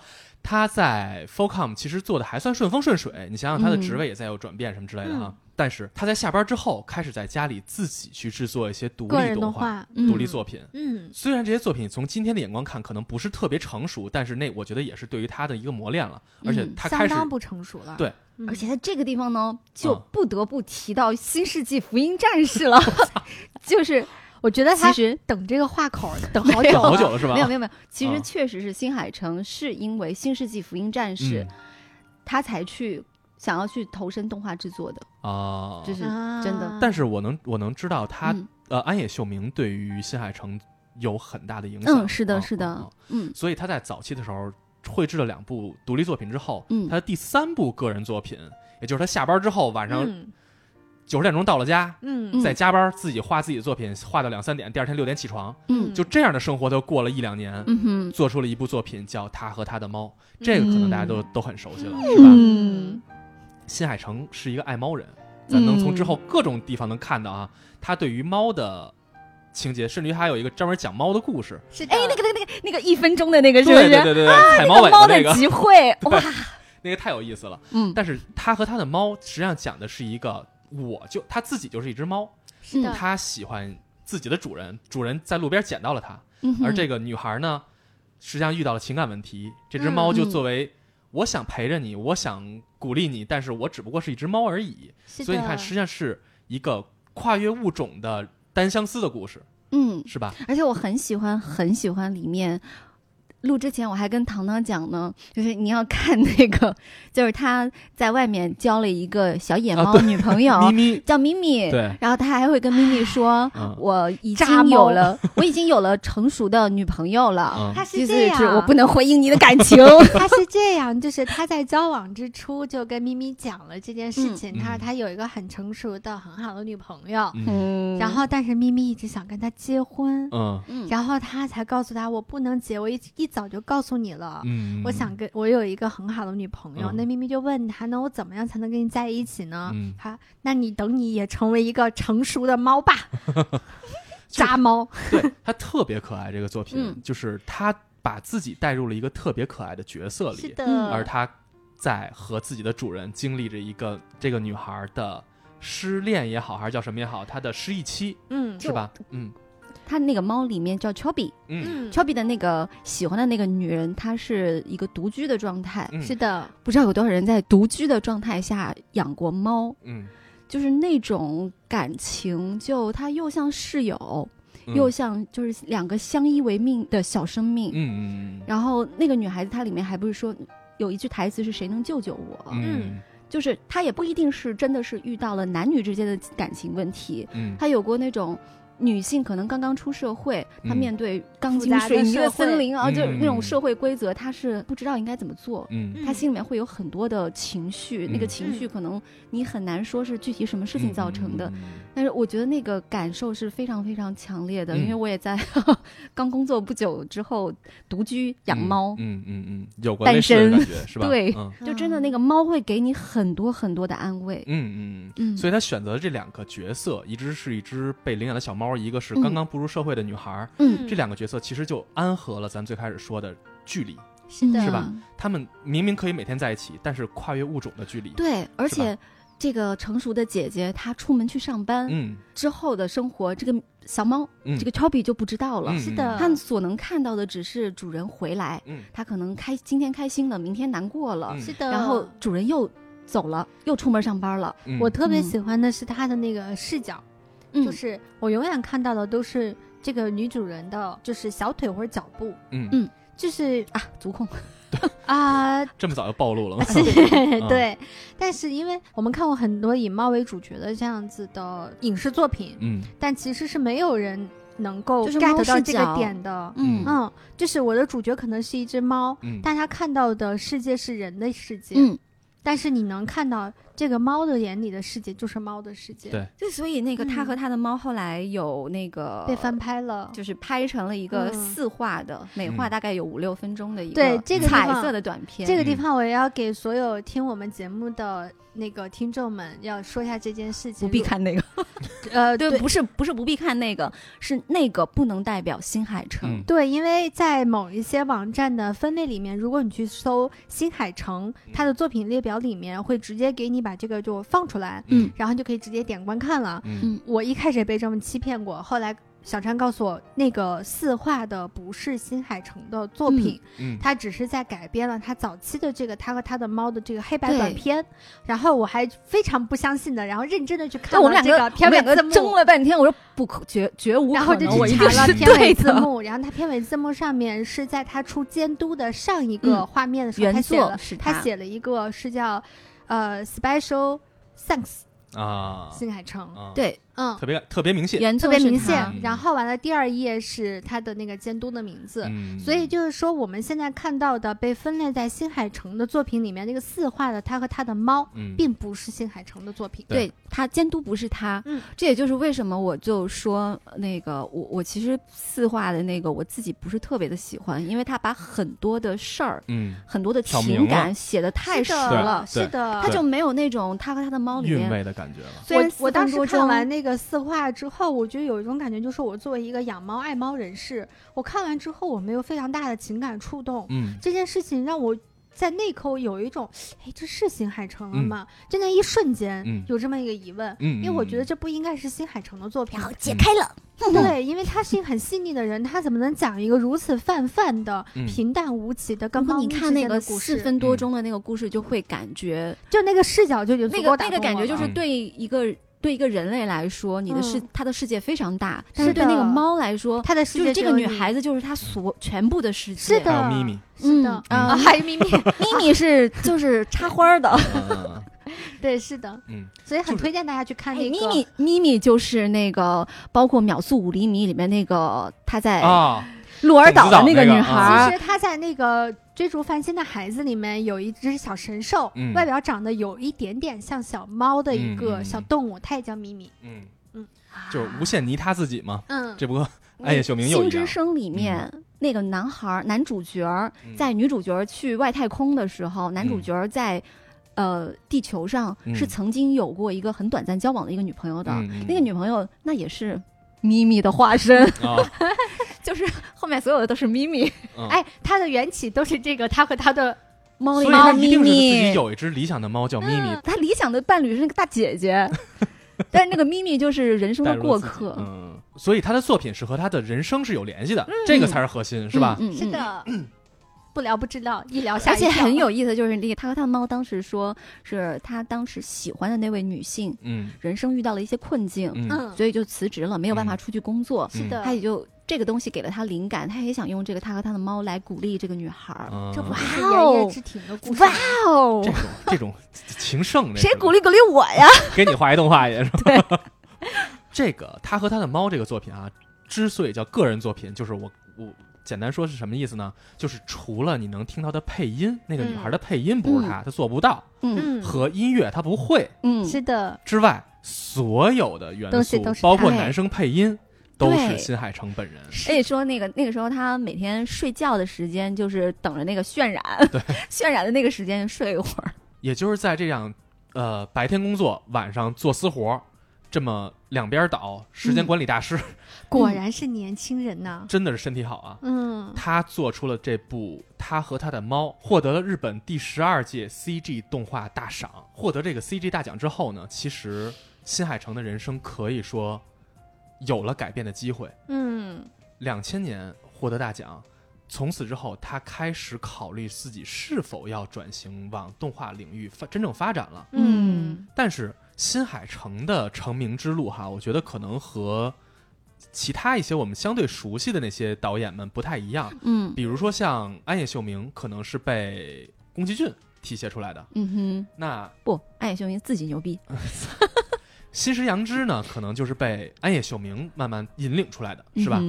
他在 Folcom 其实做的还算顺风顺水，你想想他的职位也在有转变什么之类的哈、嗯。但是他在下班之后开始在家里自己去制作一些独立动画、 嗯、 独立作品。 嗯， 虽然这些作品从今天的眼光看可能不是特别成熟，但是那我觉得也是对于他的一个磨练了，而且他开始、 嗯、相当不成熟了。 对。 嗯、 而且在这个地方呢，就不得不提到《新世纪福音战士》了，就是我觉得他其实等这个话口等好久了， 好久了是吧？ 没有没有没有，其实确实是新海诚是因为《新世纪福音战士》嗯，他才去想要去投身动画制作的啊， 这是真的。 但是我能我能知道他、嗯、呃安野秀明对于新海诚有很大的影响。 嗯，是的，是的，啊、嗯， 所以他在早期的时候。绘制了两部独立作品之后， 嗯， 他的第三部个人作品，也就是他下班之后晚上九十点钟到了家， 嗯， 在加班自己画自己的作品，画到两三点，第二天六点起床， 嗯， 就这样的生活都过了一两年， 嗯哼， 做出了一部作品叫《他和他的猫》，这个可能大家都、 嗯、 都很熟悉了， 嗯、 是吧？ 嗯， 新海诚是一个爱猫人，咱能从之后各种地方能看到啊，他对于猫的。情节，甚至于还有一个专门讲猫的故事。 是哎，那个、那个、那个一分钟的那个是不是？ 对对对对对， 啊、 采猫尾的那个集会，哇， 那个太有意思了。 嗯， 但是他和他的猫实际上讲的是一个，我就他自己就是一只猫， 是的， 他喜欢自己的主人，主人在路边捡到了他， 嗯、 而这个女孩呢，实际上遇到了情感问题，这只猫就作为、嗯、我想陪着你，我想鼓励你，但是我只不过是一只猫而已。所以你看，实际上是一个跨越物种的单相思的故事。 嗯， 是吧？ 而且我很喜欢，很喜欢里面。录之前我还跟糖糖讲呢，就是你要看那个，就是他在外面交了一个小野猫女朋友， 啊、咪咪叫咪咪， 对， 然后他还会跟咪咪说， 嗯、 我已经有了，我已经有了成熟的女朋友了。 嗯、 他是这样， 就是我不能回应你的感情。 他是这样，就是他在交往之初就跟咪咪讲了这件事情，嗯、他说他有一个很成熟的、很好的女朋友， 嗯， 然后但是咪咪一直想跟他结婚， 嗯， 然后他才告诉他我不能结，我一一早就告诉你了。 嗯， 我想跟我有一个很好的女朋友，嗯、那咪咪就问他，那我怎么样才能跟你在一起呢？ 嗯， 他，那你等你也成为一个成熟的猫吧，渣猫。 对，他特别可爱，这个作品、 嗯、 就是他把自己带入了一个特别可爱的角色里， 是的， 而他在和自己的主人经历着一个这个女孩的失恋也好，还是叫什么也好，她的失忆期， 嗯， 是吧？嗯。 他那个猫里面叫 Chubby， 嗯 ，Chubby 的那个喜欢的那个女人，她是一个独居的状态。 嗯、 是的， 不知道有多少人在独居的状态下养过猫。 嗯， 就是那种感情，就它又像室友， 嗯、 又像就是两个相依为命的小生命。 嗯嗯嗯。 然后那个女孩子，她里面还不是说有一句台词是谁能救救我？ 嗯， 就是她也不一定是真的是遇到了男女之间的感情问题。 嗯， 她有过那种。女性可能刚刚出社会， 嗯、 她面对钢筋水泥的森林啊， 嗯、 就那种社会规则，她是不知道应该怎么做。 嗯， 她心里面会有很多的情绪， 嗯、 那个情绪可能你很难说是具体什么事情造成的， 嗯、 但是我觉得那个感受是非常非常强烈的， 嗯、 因为我也在刚工作不久之后独居养猫， 嗯嗯嗯，有过类似的感觉是吧？ 对、 嗯， 就真的那个猫会给你很多很多的安慰。 嗯嗯嗯， 所以他选择这两个角色，一只是一只被领养的小猫，一个是刚刚步入社会的女孩， 嗯， 这两个角色其实就安合了咱最开始说的距离， 是的， 是吧？他们明明可以每天在一起，但是跨越物种的距离。 对，而且这个成熟的姐姐她出门去上班， 嗯， 之后的生活，这个小猫， 嗯、 这个 Chubby 就不知道了。 嗯、 是的， 她所能看到的只是主人回来， 嗯， 她可能开今天开心了，明天难过了， 嗯、 是的， 然后主人又走了，又出门上班了。 嗯、 我特别喜欢的是她的那个视角， 嗯、 就是我永远看到的都是。这个女主人的就是小腿或者脚步， 嗯嗯， 就是啊，足控啊， 这么早就暴露了吗？ 是，对。但是因为我们看过很多以猫为主角的这样子的影视作品， 嗯， 但其实是没有人能够 get 到这个点的， 嗯嗯，就是我的主角可能是一只猫， 嗯， 但他看到的世界是人的世界， 嗯。 但是你能看到这个猫的眼里的世界就是猫的世界。 对， 就所以那个他和他的猫后来有那个、 嗯、被翻拍了， 就是拍成了一个四话的，嗯、每话大概有五六分钟的一个对这个彩色的短片。 这个地方我也要给所有听我们节目的那个听众们要说一下这件事情， 不必看那个。 呃， 对，不是不是不必看那个，是那个不能代表新海诚。 嗯、 对，因为在某一些网站的分类里面，如果你去搜新海诚他的作品列表里面，会直接给你把这个就放出来， 嗯， 然后就可以直接点观看了。 嗯， 我一开始也被这么欺骗过，后来小川告诉我，那个四画的不是新海诚的作品， 嗯， 他只是在改编了他早期的这个他和他的猫的这个黑白短片。然后我还非常不相信的，然后认真的去看了这个片尾字幕， 争了半天，我说不可绝绝无可能， 然后就去查了片尾字幕，然后他片尾字幕上面是在他出监督的上一个画面的时候， 嗯、 他写了是他写了一个是叫呃 Special Thanks。 啊， 新海诚、 啊、 对，嗯， 特别特别明显， 原特别明显。 嗯、 然后完了，第二页是他的那个监督的名字， 嗯、 所以就是说，我们现在看到的被分类在新海诚的作品里面，那个四画的他和他的猫， 嗯、 并不是新海诚的作品。 对，他监督不是他， 嗯， 这也就是为什么我就说那个我我其实四画的那个我自己不是特别的喜欢，因为他把很多的事儿， 嗯， 很多的情感写得太实了， 是的， 他就没有那种他和他的猫里面韵味的感觉了。 虽然我当时看完那个四画之后，我觉得有一种感觉，就是我作为一个养猫爱猫人士，我看完之后我没有非常大的情感触动。 嗯， 这件事情让我在那一刻有一种，哎，这是新海诚了吗？嗯、就那一瞬间、嗯、有这么一个疑问， 嗯、 因为我觉得这不应该是新海诚的作品。 然后解开了， 嗯、对，因为他是一个很细腻的人，他怎么能讲一个如此泛泛的、 嗯、 平淡无奇的跟猫咪之间的故事？ 你看那个四分多钟的那个故事，就会感觉， 就那个视角就已经足够打动我了。 那个那个感觉就是对一个。对一个人类来说，你的世、嗯、他的世界非常大，但是对那个猫来说， 他的世界就是这个女孩子就是他所全部的世界。是的， 还有咪咪， 是的啊、嗯嗯，还有咪咪， 咪咪是就是插花的。 对，是的， 嗯， 所以很推荐大家去看那个。 咪咪咪咪就是那个，包括《秒速五厘米》里面那个她在鹿儿岛的那个女孩， 其实她在那个。追逐繁星的孩子里面有一只小神兽、 嗯、 外表长得有一点点像小猫的一个小动物、嗯、它也叫咪咪。 嗯嗯，就是无限泥他自己嘛。 嗯， 这不暗夜秀明又一样。 新之声里面、嗯、那个男孩男主角在女主角去外太空的时候、嗯、男主角在呃地球上是曾经有过一个很短暂交往的一个女朋友的、 嗯、 那个女朋友那也是咪咪的化身、 哦、 就是后面所有的都是咪咪、 嗯、 哎，它的缘起都是这个，它和它的猫所以它一定是自己有一只理想的猫叫咪咪、 嗯、它理想的伴侣是那个大姐姐但是那个咪咪就是人生的过客， 嗯，所以他的作品是和他的人生是有联系的、嗯、这个才是核心、嗯、是吧、 嗯嗯、是的、嗯不聊不知道，一聊下一跳。 而且很有意思，就是那个他和他的猫当时说是他当时喜欢的那位女性， 嗯， 人生遇到了一些困境， 嗯， 所以就辞职了，没有办法出去工作。 是的， 他也就这个东西给了他灵感，他也想用这个他和他的猫来鼓励这个女孩。 嗯、 这不是爷爷之庭的故事？ 哇哦， 这种这种情圣， 谁鼓励鼓励我呀？ 给你画一动画也是吧？ 对， 这个他和他的猫这个作品啊，之所以叫个人作品，就是我我。简单说是什么意思呢？就是除了你能听到的配音，那个女孩的配音不是她，她、嗯、做不到， 嗯， 和音乐她不会， 嗯， 是的。 之外，所有的元素，包括男生配音，都是新海诚本人。 而且说那个那个时候，他每天睡觉的时间就是等着那个渲染， 对， 渲染的那个时间睡一会儿。 也就是在这样，呃，白天工作，晚上做私活。这么两边倒，时间管理大师、嗯、 果然是年轻人呐、 嗯，真的是身体好啊。 嗯， 他做出了这部《他和他的猫》，获得了日本第十二届 C G 动画大赏。获得这个 C G 大奖之后呢，其实新海诚的人生可以说有了改变的机会。 嗯， 两千年获得大奖，从此之后，他开始考虑自己是否要转型往动画领域发真正发展了。 嗯， 但是新海诚的成名之路哈，我觉得可能和其他一些我们相对熟悉的那些导演们不太一样。 嗯， 比如说像安野秀明，可能是被宫崎骏提携出来的。 嗯哼， 那不，安野秀明自己牛逼。 新石阳之呢，可能就是被安野秀明慢慢引领出来的，是吧？ 嗯、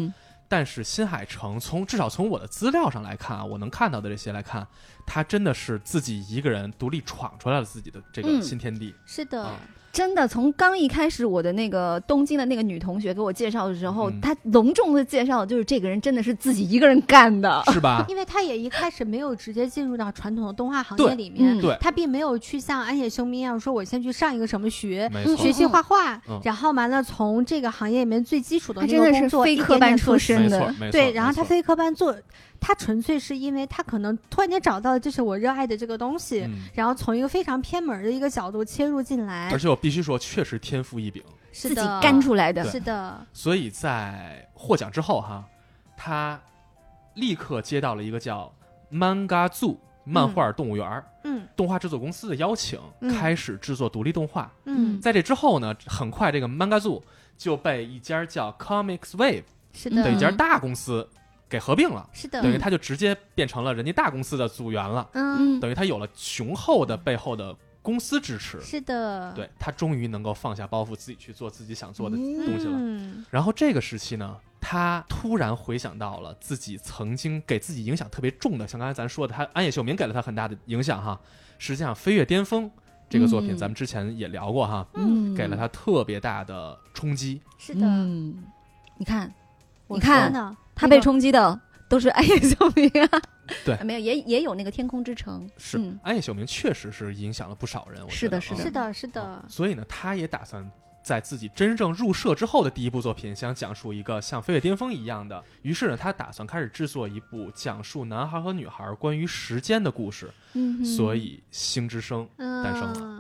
但是新海诚从至少从我的资料上来看啊，我能看到的这些来看，他真的是自己一个人独立闯出来了自己的这个新天地。 嗯、是的。 啊真的，从刚一开始，我的那个东京的那个女同学给我介绍的时候，嗯、她隆重的介绍就是这个人真的是自己一个人干的， 是吧？ 因为他也一开始没有直接进入到传统的动画行业里面， 对， 他并没有去像安野秀明一样说，我先去上一个什么学， 学习画画， 嗯、 然后完了从这个行业里面最基础的那个工作， 他真的是非科班出身的， 对，然后他非科班做。他纯粹是因为他可能突然间找到了这是我热爱的这个东西、嗯、然后从一个非常偏门的一个角度切入进来， 而且我必须说确实天赋异禀， 是自己干出来的， 是的。 所以在获奖之后哈，他立刻接到了一个叫 Manga Zoo 漫画动物园嗯动画制作公司的邀请、嗯、开始制作独立动画。 嗯， 在这之后呢，很快这个 Manga Zoo 就被一家叫 Comics Wave 是的的一家大公司给合并了， 是的， 等于他就直接变成了人家大公司的组员了。 嗯， 等于他有了雄厚的背后的公司支持。 是的， 对，他终于能够放下包袱，自己去做自己想做的东西了。 嗯、 然后这个时期呢，他突然回想到了自己曾经给自己影响特别重的，像刚才咱说的，他安野秀明给了他很大的影响哈。实际上，《飞跃巅峰》这个作品、嗯、咱们之前也聊过哈， 嗯， 给了他特别大的冲击。 是的， 嗯，你看， 你看呢？ 他被冲击的都是安野秀明啊。 对， 没有，也也有那个天空之城。 是、嗯、安野秀明确实是影响了不少人。我是的，是的， 是的，是的、 嗯。所以呢，他也打算在自己真正入社之后的第一部作品，想讲述一个像《飞跃巅峰》一样的。于是呢，他打算开始制作一部讲述男孩和女孩关于时间的故事。 嗯， 所以《星之声》诞生了。 嗯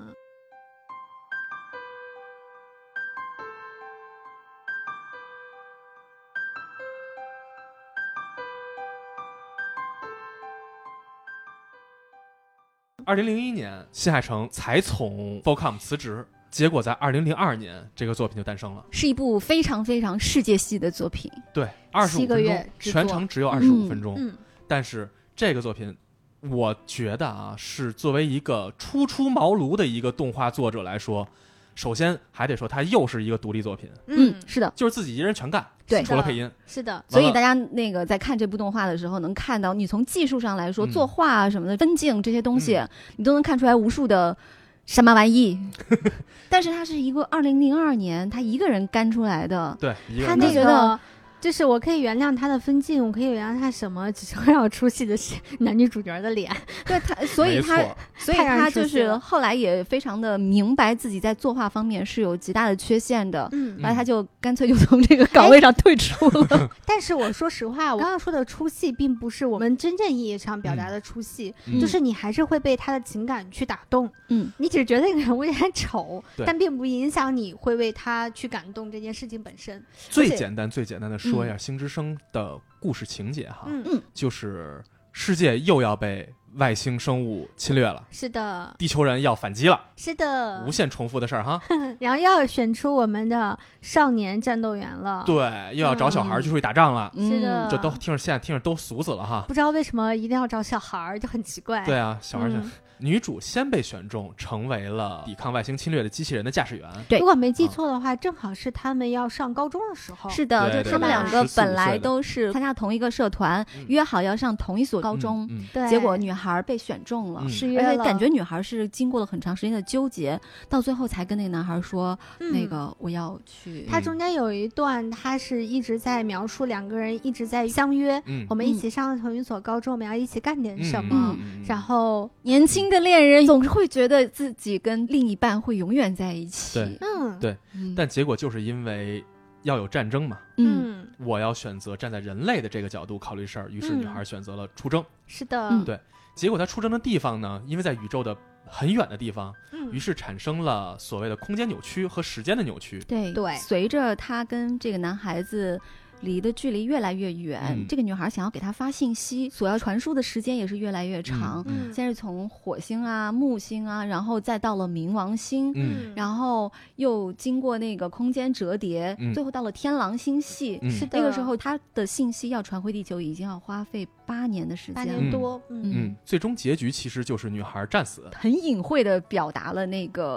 二零零一年，新海诚才从 F O C O M 辞职，结果在二零零二年，这个作品就诞生了， 是一部非常非常世界系的作品。 对，二十五分钟，全程只有二十五分钟、 嗯嗯。 但是这个作品，我觉得啊，是作为一个初出茅庐的一个动画作者来说，首先还得说它又是一个独立作品。 嗯，是的， 就是自己一人全干。 对， 除了配音， 是的， 所以大家那个在看这部动画的时候，能看到你从技术上来说， 嗯、 作画啊什么的分镜这些东西、嗯，你都能看出来无数的什么玩意。但是他是一个二零零二年他一个人干出来的， 对， 他那个就是我可以原谅他的分镜，我可以原谅他什么，只是会让我出戏的是男女主角的脸。 对他，所以他，所以他就是后来也非常的明白自己在作画方面是有极大的缺陷的， 嗯， 后来他就干脆就从这个岗位上退出了。 但是我说实话，我刚刚说的出戏，并不是我们真正意义上表达的出戏、嗯，就是你还是会被他的情感去打动。 嗯， 你只是觉得那个人物有点丑，但并不影响你会为他去感动这件事情本身。 最简单、最简单的说。说一下《星之声》的故事情节哈， 嗯， 就是世界又要被外星生物侵略了， 是的， 地球人要反击了， 是的， 无限重复的事儿哈。 然后要选出我们的少年战斗员了， 对，又要找小孩去出去打仗了， 嗯、是的， 这都听着现在听着都俗死了哈。 不知道为什么一定要找小孩，就很奇怪。 对啊，小孩就。 嗯女主先被选中，成为了抵抗外星侵略的机器人的驾驶员。 对， 如果没记错的话、嗯，正好是他们要上高中的时候。 是的，就他们两个本来都是参加同一个社团， 嗯、 约好要上同一所高中。 嗯嗯、 对， 结果女孩被选中了， 失、嗯、 约了。而且感觉女孩是经过了很长时间的纠结，到最后才跟那个男孩说：“嗯、那个我要去。” 他中间有一段，他是一直在描述两个人一直在相约， 嗯、 我们一起上同一所高中，我们要一起干点什么。 嗯、 然后年轻的恋人总是会觉得自己跟另一半会永远在一起。 对， 嗯， 对，嗯、但结果就是因为要有战争嘛， 嗯， 我要选择站在人类的这个角度考虑事儿，于是女孩选择了出征。 嗯、是的、 嗯，对。结果她出征的地方呢，因为在宇宙的很远的地方， 嗯、 于是产生了所谓的空间扭曲和时间的扭曲。 对对， 随着她跟这个男孩子离的距离越来越远、嗯、这个女孩想要给他发信息，所要传输的时间也是越来越长、 嗯、 先是从火星啊木星啊，然后再到了冥王星、 嗯、 然后又经过那个空间折叠、嗯、最后到了天狼星系、 嗯、 是的， 那个时候他的信息要传回地球已经要花费八年的时间， 八年多。 嗯, 嗯, 嗯最终结局其实就是女孩战死， 很隐晦的表达了那个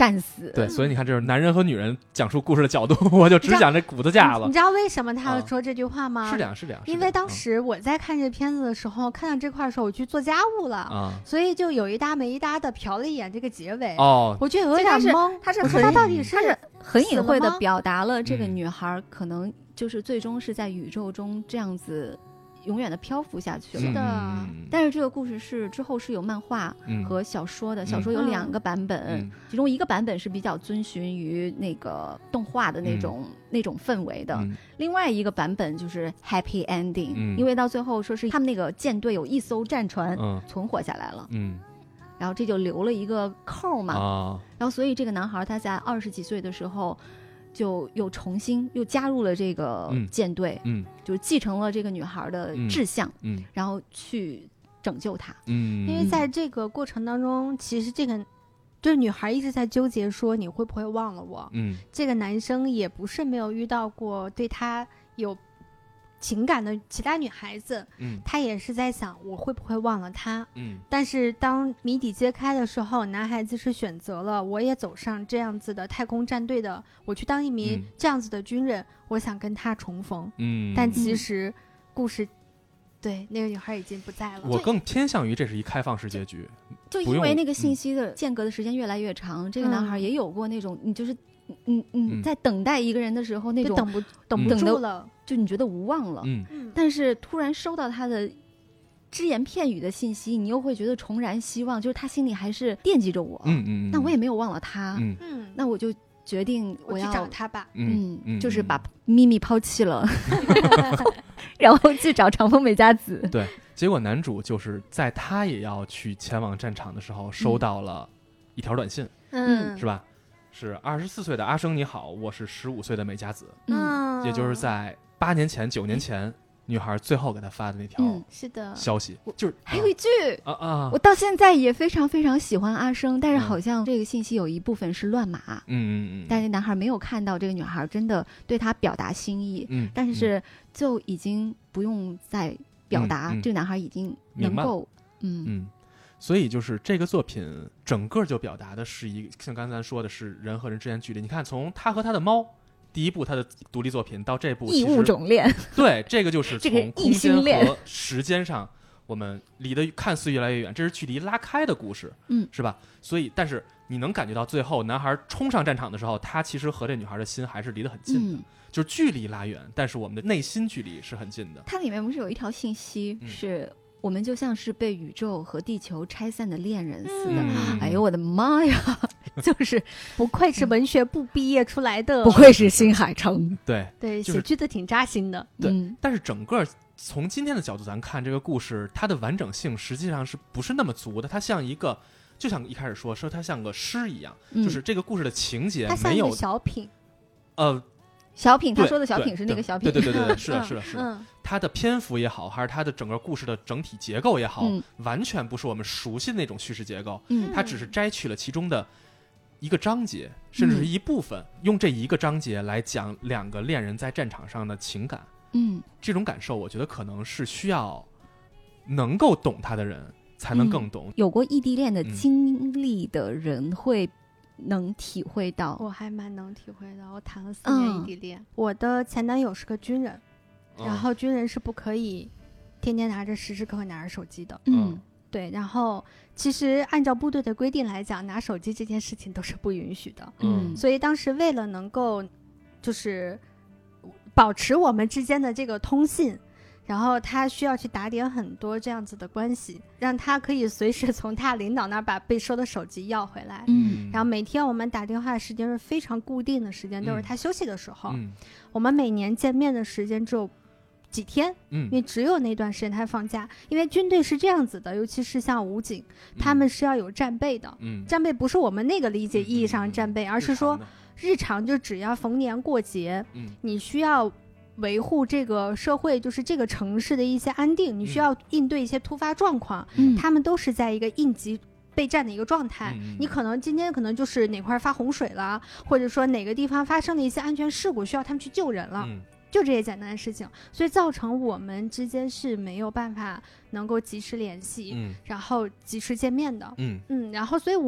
战死。 对，所以你看，这是男人和女人讲述故事的角度，我就只讲这骨头架子。 你知道为什么他要说这句话吗？ 是这样，是这样。 因为当时我在看这片子的时候，看到这块的时候，我去做家务了，啊，所以就有一搭没一搭的瞟了一眼这个结尾。 哦， 我觉得有点懵， 他是他到底是他是很隐晦的表达了这个女孩可能就是最终是在宇宙中这样子永远的漂浮下去了。 是的， 嗯、 但是这个故事是之后是有漫画和小说的，嗯、小说有两个版本， 嗯、 其中一个版本是比较遵循于那个动画的那种、嗯、那种氛围的、嗯，另外一个版本就是 happy ending，、嗯、因为到最后说是他们那个舰队有一艘战船存活下来了， 嗯。 然后这就留了一个扣嘛、 啊， 然后所以这个男孩他在二十几岁的时候。就又重新又加入了这个舰队， 嗯， 就继承了这个女孩的志向， 嗯，嗯然后去拯救她， 嗯， 因为在这个过程当中，其实这个就是女孩一直在纠结说你会不会忘了我， 嗯， 这个男生也不是没有遇到过对他有情感的其他女孩子， 嗯， 他也是在想我会不会忘了他， 嗯， 但是当谜底揭开的时候，男孩子是选择了我也走上这样子的太空战队的，我去当一名这样子的军人，嗯、我想跟他重逢， 嗯， 但其实故事对那个女孩已经不在了。 我更偏向于这是一开放式结局， 就因为那个信息的间隔的时间越来越长，嗯、这个男孩也有过那种你就是嗯嗯，在等待一个人的时候那种等不等不住了， 就你觉得无望了， 嗯， 但是突然收到他的只言片语的信息，你又会觉得重燃希望，就是他心里还是惦记着我， 嗯嗯， 那我也没有忘了他， 嗯嗯， 那我就决定我要我去找他吧， 嗯嗯， 就是把咪咪抛弃了，然后去找长风美佳子， 对，结果男主就是在他也要去前往战场的时候，收到了一条短信， 嗯， 是吧？是二十四岁的阿生你好，我是十五岁的美佳子， 嗯， 也就是在八年前、九年前，女孩最后给他发的那条是的消息，嗯、就是还有一句啊啊， 我到现在也非常非常喜欢阿生，但是好像这个信息有一部分是乱码， 嗯嗯嗯， 但是男孩没有看到这个女孩真的对他表达心意， 嗯， 但是就已经不用再表达， 嗯嗯、 这个男孩已经能够， 嗯嗯。所以就是这个作品整个就表达的是一个像刚才咱说的是人和人之间距离。你看从他和他的猫第一部他的独立作品到这部异物种恋， 对，这个就是从空间和时间上我们离得看似越来越远，这是距离拉开的故事， 嗯， 是吧？所以但是你能感觉到最后男孩冲上战场的时候，他其实和这女孩的心还是离得很近的， 嗯、 就是距离拉远，但是我们的内心距离是很近的。 它里面不是有一条信息、嗯、是我们就像是被宇宙和地球拆散的恋人似的、嗯、哎呦我的妈呀，就是不愧是文学部毕业出来的， 不愧是新海诚， 对对， 就是写句子挺扎心的， 对、 嗯、 但是整个从今天的角度咱看这个故事，它的完整性实际上是不是那么足的，它像一个就像一开始说说它像个诗一样、嗯、就是这个故事的情节没有，它像一个小品， 呃小品，他说的小品是那个小品， 对对对对对，是的，是的，是的。 嗯， 它的篇幅也好，还是它的整个故事的整体结构也好， 嗯、 完全不是我们熟悉的那种叙事结构。 嗯， 它只是摘取了其中的一个章节，甚至是一部分，嗯、用这一个章节来讲两个恋人在战场上的情感。 嗯， 这种感受，我觉得可能是需要能够懂他的人才能更懂。 嗯、有过异地恋的经历的人会。能体会到， 我还蛮能体会到。我谈了四年异地恋、嗯，我的前男友是个军人、嗯，然后军人是不可以天天拿着时时刻刻拿着手机的。 嗯， 对。然后其实按照部队的规定来讲，拿手机这件事情都是不允许的。 嗯， 所以当时为了能够就是保持我们之间的这个通信。然后他需要去打点很多这样子的关系，让他可以随时从他领导那儿把被收的手机要回来。 嗯， 然后每天我们打电话的时间是非常固定的时间，都、嗯、是他休息的时候、 嗯。 我们每年见面的时间只有几天， 嗯， 因为只有那段时间他放假。因为军队是这样子的，尤其是像武警，他们是要有战备的。 嗯， 战备不是我们那个理解意义上的战备， 嗯、 而是说日常就只要逢年过节， 嗯， 你需要。维护这个社会，就是这个城市的一些安定，你需要应对一些突发状况、 嗯、 他们都是在一个应急备战的一个状态、 嗯、 你可能今天可能就是哪块发洪水了，或者说哪个地方发生了一些安全事故需要他们去救人了、 嗯、 就这些简单的事情，所以造成我们之间是没有办法能够及时联系、 嗯、 然后及时见面的。 嗯嗯，然后所以我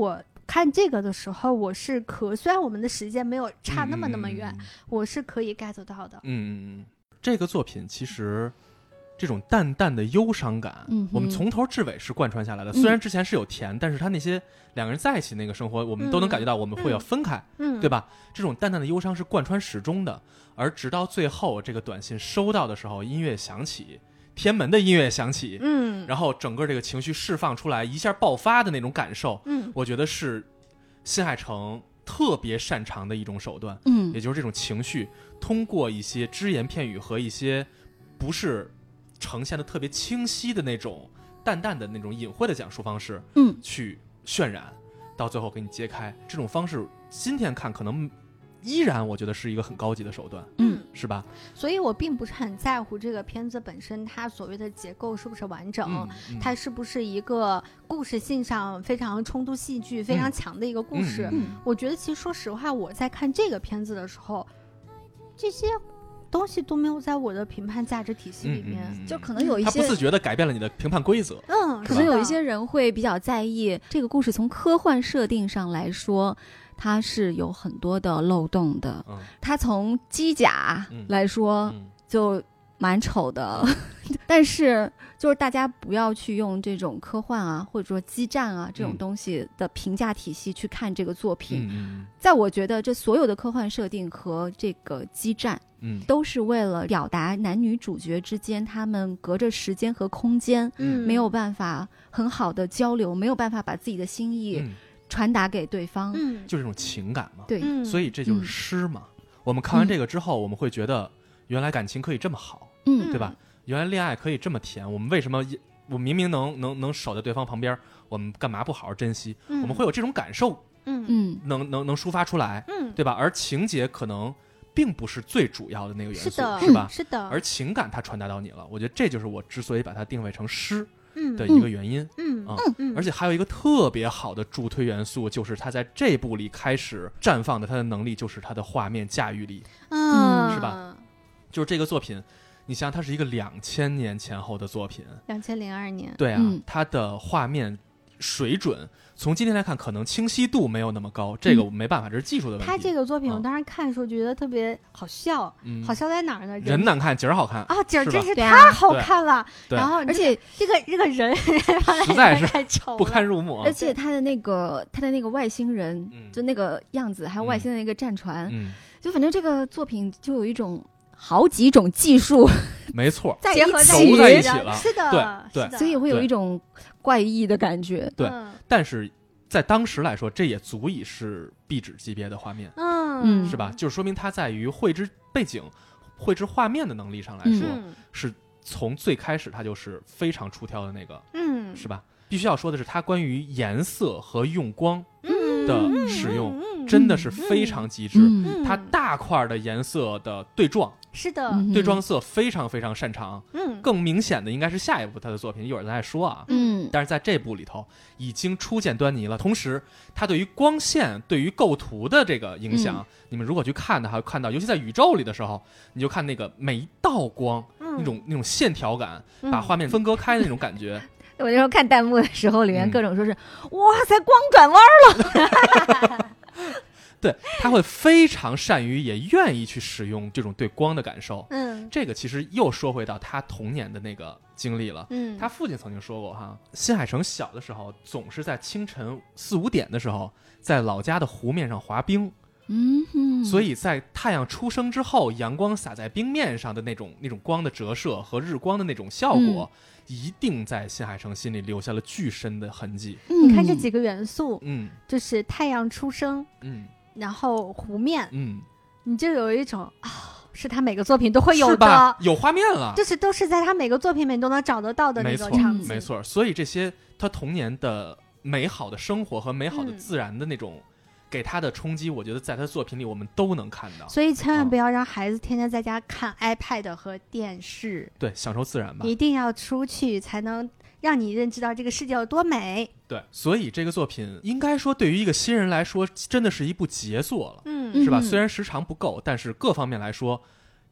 看这个的时候，我是可虽然我们的时间没有差那么那么远， 嗯、 我是可以 get 到的。 嗯嗯，这个作品其实这种淡淡的忧伤感， 嗯， 我们从头至尾是贯穿下来的。 嗯、 虽然之前是有甜，但是他那些两个人在一起那个生活，我们都能感觉到我们会要分开， 嗯， 对吧？这种淡淡的忧伤是贯穿始终的。而直到最后这个短信收到的时候，音乐响起，天门的音乐响起， 嗯， 然后整个这个情绪释放出来，一下爆发的那种感受， 嗯， 我觉得是新海诚特别擅长的一种手段， 嗯， 也就是这种情绪通过一些只言片语和一些不是呈现的特别清晰的那种淡淡的那种隐晦的讲述方式， 嗯， 去渲染，到最后给你揭开。这种方式今天看可能依然我觉得是一个很高级的手段， 嗯， 是吧？ 所以我并不是很在乎这个片子本身它所谓的结构是不是完整， 嗯嗯、 它是不是一个故事性上非常冲突戏剧非常强的一个故事。 嗯嗯嗯、 我觉得其实说实话，我在看这个片子的时候，这些东西都没有在我的评判价值体系里面， 嗯嗯嗯、 就可能有一些他不自觉地改变了你的评判规则。 嗯， 可能有一些人会比较在意这个故事从科幻设定上来说，它是有很多的漏洞的。 嗯、 它从机甲来说、 嗯嗯、 就蛮丑的，但是就是大家不要去用这种科幻啊或者说激战啊这种东西的评价体系去看这个作品。 嗯、 在我觉得这所有的科幻设定和这个激战嗯， 都是为了表达男女主角之间他们隔着时间和空间、 嗯、 没有办法很好的交流，没有办法把自己的心意、嗯传达给对方， 嗯， 就这种情感嘛， 对、 嗯，所以这就是诗嘛、嗯。我们看完这个之后、嗯，我们会觉得原来感情可以这么好， 嗯， 对吧？原来恋爱可以这么甜，我们为什么我明明能能能守在对方旁边，我们干嘛不好好珍惜？ 嗯、 我们会有这种感受， 嗯嗯， 能能能抒发出来， 嗯， 对吧？而情节可能并不是最主要的那个元素， 是的， 是吧？ 是的。 而情感它传达到你了，我觉得这就是我之所以把它定位成诗。 嗯的一个原因， 嗯啊、 嗯嗯， 而且还有一个特别好的助推元素，就是他在这部里开始绽放的他的能力，就是他的画面驾驭力， 嗯， 是吧？就是这个作品，你想想，它是一个两千年前后的作品， 两千零二年， 对啊， 嗯、 它的画面水准。从今天来看，可能清晰度没有那么高，这个没办法，这是技术的问题。 他这个作品，我当时看的时候觉得特别好笑， 嗯、 好笑在哪儿呢？ 人难看，景儿好看啊，景儿真是太好看了。然后， 而且这个这个人实在是太丑， 不堪入目。 而且他的那个他的那个外星人， 嗯、 就那个样子，还有外星的那个战船， 嗯、 就反正这个作品就有一种好几种技术， 没错， 在结合揉在一起了。 是的， 对对， 所以会有一种怪异的感觉。 对， 嗯、 但是。在当时来说，这也足以是壁纸级别的画面， 嗯， 是吧？就是说明它在于绘制背景、绘制画面的能力上来说， 嗯、 是从最开始它就是非常出挑的那个， 嗯， 是吧？必须要说的是，它关于颜色和用光的使用， 嗯、 真的是非常极致。 嗯、 它大块的颜色的对撞， 是的， 对撞色非常非常擅长。 嗯， 更明显的应该是下一部他的作品，一会儿咱再说啊。 嗯， 但是在这部里头已经初见端倪了。同时，它对于光线、对于构图的这个影响，嗯、你们如果去看的话，看到，尤其在宇宙里的时候，你就看那个每一道光， 嗯、 那种那种线条感， 嗯、 把画面分割开的那种感觉。 我那时候看弹幕的时候，里面各种说是、嗯、哇塞，光转弯了。 对，他会非常善于，也愿意去使用这种对光的感受。 嗯， 这个其实又说回到他童年的那个经历了。 嗯， 他父亲曾经说过哈，新海诚小的时候总是在清晨四五点的时候，在老家的湖面上滑冰。 嗯哼， 所以在太阳出生之后，阳光洒在冰面上的那种那种光的折射和日光的那种效果，嗯、一定在新海诚心里留下了巨深的痕迹。 嗯、你看这几个元素， 嗯， 就是太阳出生， 嗯， 然后湖面， 嗯， 你就有一种啊、哦，是他每个作品都会有的， 是吧？有画面了， 就是都是在他每个作品里面都能找得到的那个场景， 没错。所以这些他童年的美好的生活和美好的自然的那种。嗯，给他的冲击，我觉得在他作品里我们都能看到， 所以千万不要让孩子天天在家看 iPad 和电视， 对，享受自然吧， 一定要出去才能让你认知到这个世界有多美。 对，所以这个作品应该说对于一个新人来说真的是一部杰作了， 嗯， 是吧？虽然时长不够，但是各方面来说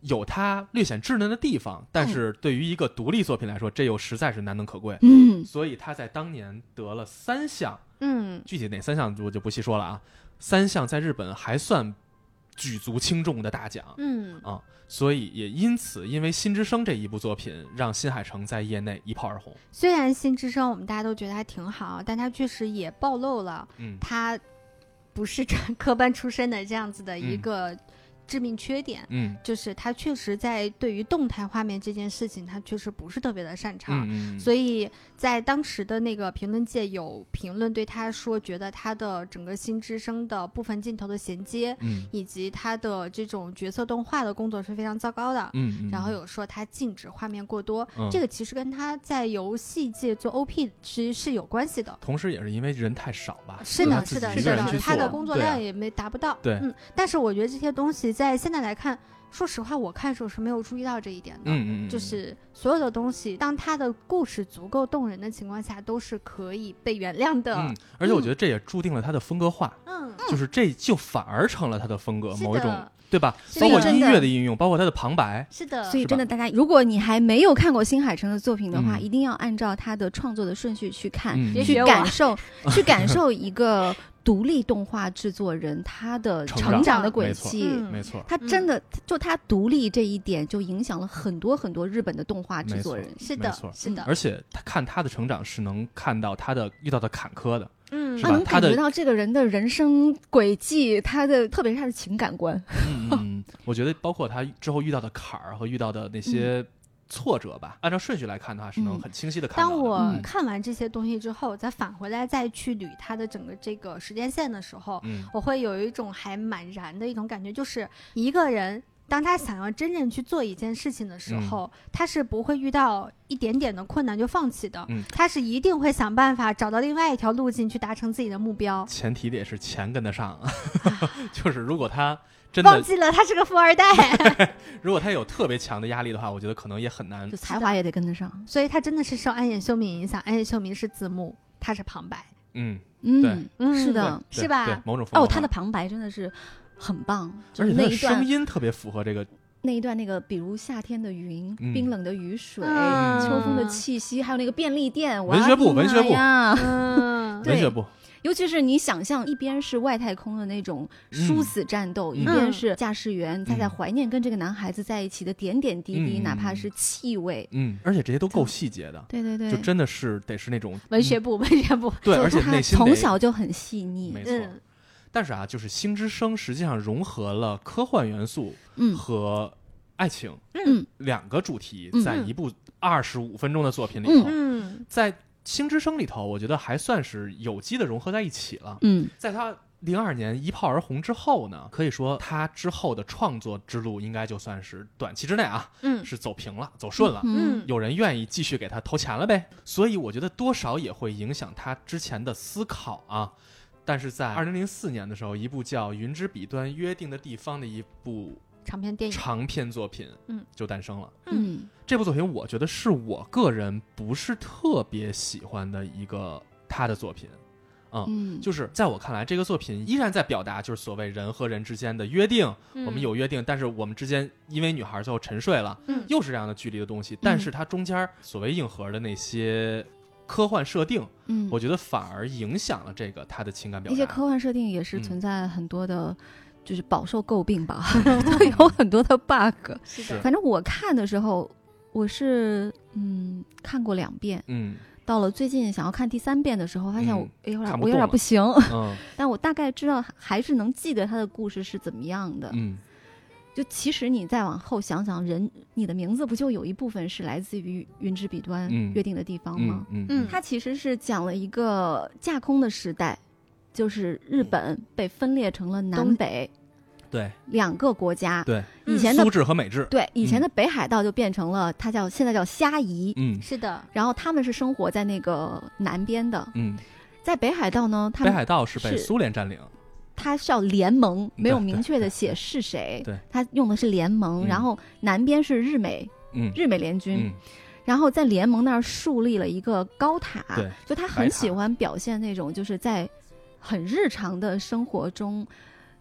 有它略显稚嫩的地方，但是对于一个独立作品来说，这又实在是难能可贵。 嗯， 所以他在当年得了三项， 嗯， 具体哪三项我就不细说了啊。三项在日本还算举足轻重的大奖， 嗯啊，所以也因此，因为《新之声》这一部作品，让新海诚在业内一炮而红。 虽然《新之声》我们大家都觉得还挺好，但它确实也暴露了， 嗯， 它不是科班出身的这样子的一个致命缺点， 嗯， 就是他确实在对于动态画面这件事情，他确实不是特别的擅长， 嗯嗯， 所以在当时的那个评论界有评论对他说，觉得他的整个新之声的部分镜头的衔接， 嗯， 以及他的这种角色动画的工作是非常糟糕的， 嗯，嗯然后有说他静止画面过多， 嗯， 这个其实跟他在游戏界做 O P 其实是有关系的， 同时也是因为人太少吧， 是的，是的，是的，他的工作量也没达不到， 对， 嗯，但是我觉得这些东西在现在来看，说实话，我看的时候是没有注意到这一点的。 嗯嗯， 就是所有的东西，当它的故事足够动人的情况下，都是可以被原谅的。 嗯，而且我觉得这也注定了它的风格化。 嗯， 就是这就反而成了它的风格，某一种，对吧？ 包括音乐的应用，包括它的旁白。 是的。 所以真的，大家如果你还没有看过新海诚的作品的话， 嗯、 一定要按照他的创作的顺序去看， 嗯、 去感受，去感受一个。独立动画制作人他的成长的轨迹， 没错， 他真的、嗯、就他独立这一点就影响了很多很多日本的动画制作人。 是的，是的。 而且他看他的成长是能看到他的遇到的坎坷的， 嗯， 是吧？ 他能感觉到这个人的人生轨迹，他的特别是他的情感观。 嗯嗯，我觉得包括他之后遇到的坎儿和遇到的那些。嗯挫折吧，按照顺序来看的话，是能很清晰的看到的。 当我看完这些东西之后，再返回来再去捋它的整个这个时间线的时候， 嗯， 我会有一种还蛮燃的一种感觉，就是一个人当他想要真正去做一件事情的时候，嗯、他是不会遇到一点点的困难就放弃的， 嗯， 他是一定会想办法找到另外一条路径去达成自己的目标。 前提得是钱跟得上，就是如果他。真的忘记了他是个富二代如果他有特别强的压力的话，我觉得可能也很难， 就才华也得跟得上。 所以他真的是受安野秀明影响，安野秀明是字幕，他是旁白。 嗯嗯， 对， 嗯， 是的， 是吧？ 对，某种风格哦，他的旁白真的是很棒， 而且他的声音特别符合这个。 那一段那个，比如夏天的云、 嗯、 冰冷的雨水、 嗯、 秋风的气息，还有那个便利店， 文学部，文学部呀， 嗯， 文学部。 尤其是你想象，一边是外太空的那种殊死战斗， 嗯、 一边是驾驶员他在怀念跟这个男孩子在一起的点点滴滴， 嗯、 哪怕是气味， 嗯，而且这些都够细节的， 对对对， 就真的是得是那种文学部，文学部， 对，而且内心从小就很细腻， 没错。嗯、但是啊，就是《星之声》实际上融合了科幻元素和爱情， 嗯， 两个主题在一部二十五分钟的作品里头， 嗯， 在。星之声里头，我觉得还算是有机的融合在一起了。 嗯， 在他零二年一炮而红之后呢，可以说他之后的创作之路应该就算是短期之内啊， 嗯， 是走平了，走顺了。 嗯， 有人愿意继续给他投钱了呗。所以我觉得多少也会影响他之前的思考啊。但是在二零零四年的时候，一部叫《云之彼端约定的地方》的一部长篇电影长篇作品， 嗯， 就诞生了。 嗯， 这部作品我觉得是我个人不是特别喜欢的一个他的作品，嗯， 嗯就是在我看来，这个作品依然在表达就是所谓人和人之间的约定， 嗯、 我们有约定，但是我们之间因为女孩最后沉睡了， 嗯， 又是这样的距离的东西，但是它中间所谓硬核的那些科幻设定， 嗯， 我觉得反而影响了这个他的情感表达。 一些科幻设定也是存在很多的。 嗯就是饱受诟病吧，有很多的 bug。 是的， 反正我看的时候，我是嗯看过两遍， 嗯， 到了最近想要看第三遍的时候，发现我、 嗯、 有点我有点不行， 嗯， 但我大概知道还是能记得他的故事是怎么样的。 嗯， 就其实你再往后想想，人你的名字不就有一部分是来自于云之彼端、 嗯、 约定的地方吗？ 嗯嗯， 它其实是讲了一个架空的时代。就是日本被分裂成了南北， 对， 两个国家。 对， 以前的苏制和美制。 对，以前的北海道就变成了它叫现在叫虾夷。 嗯， 是的。 然后他们是生活在那个南边的。 嗯， 在北海道呢，他们北海道是被苏联占领。 它是叫联盟，没有明确的写是谁。 对， 它用的是联盟。然后南边是日美， 嗯， 日美联军。 嗯， 然后在联盟那儿树立了一个高塔。 对， 就他很喜欢表现那种就是在很日常的生活中，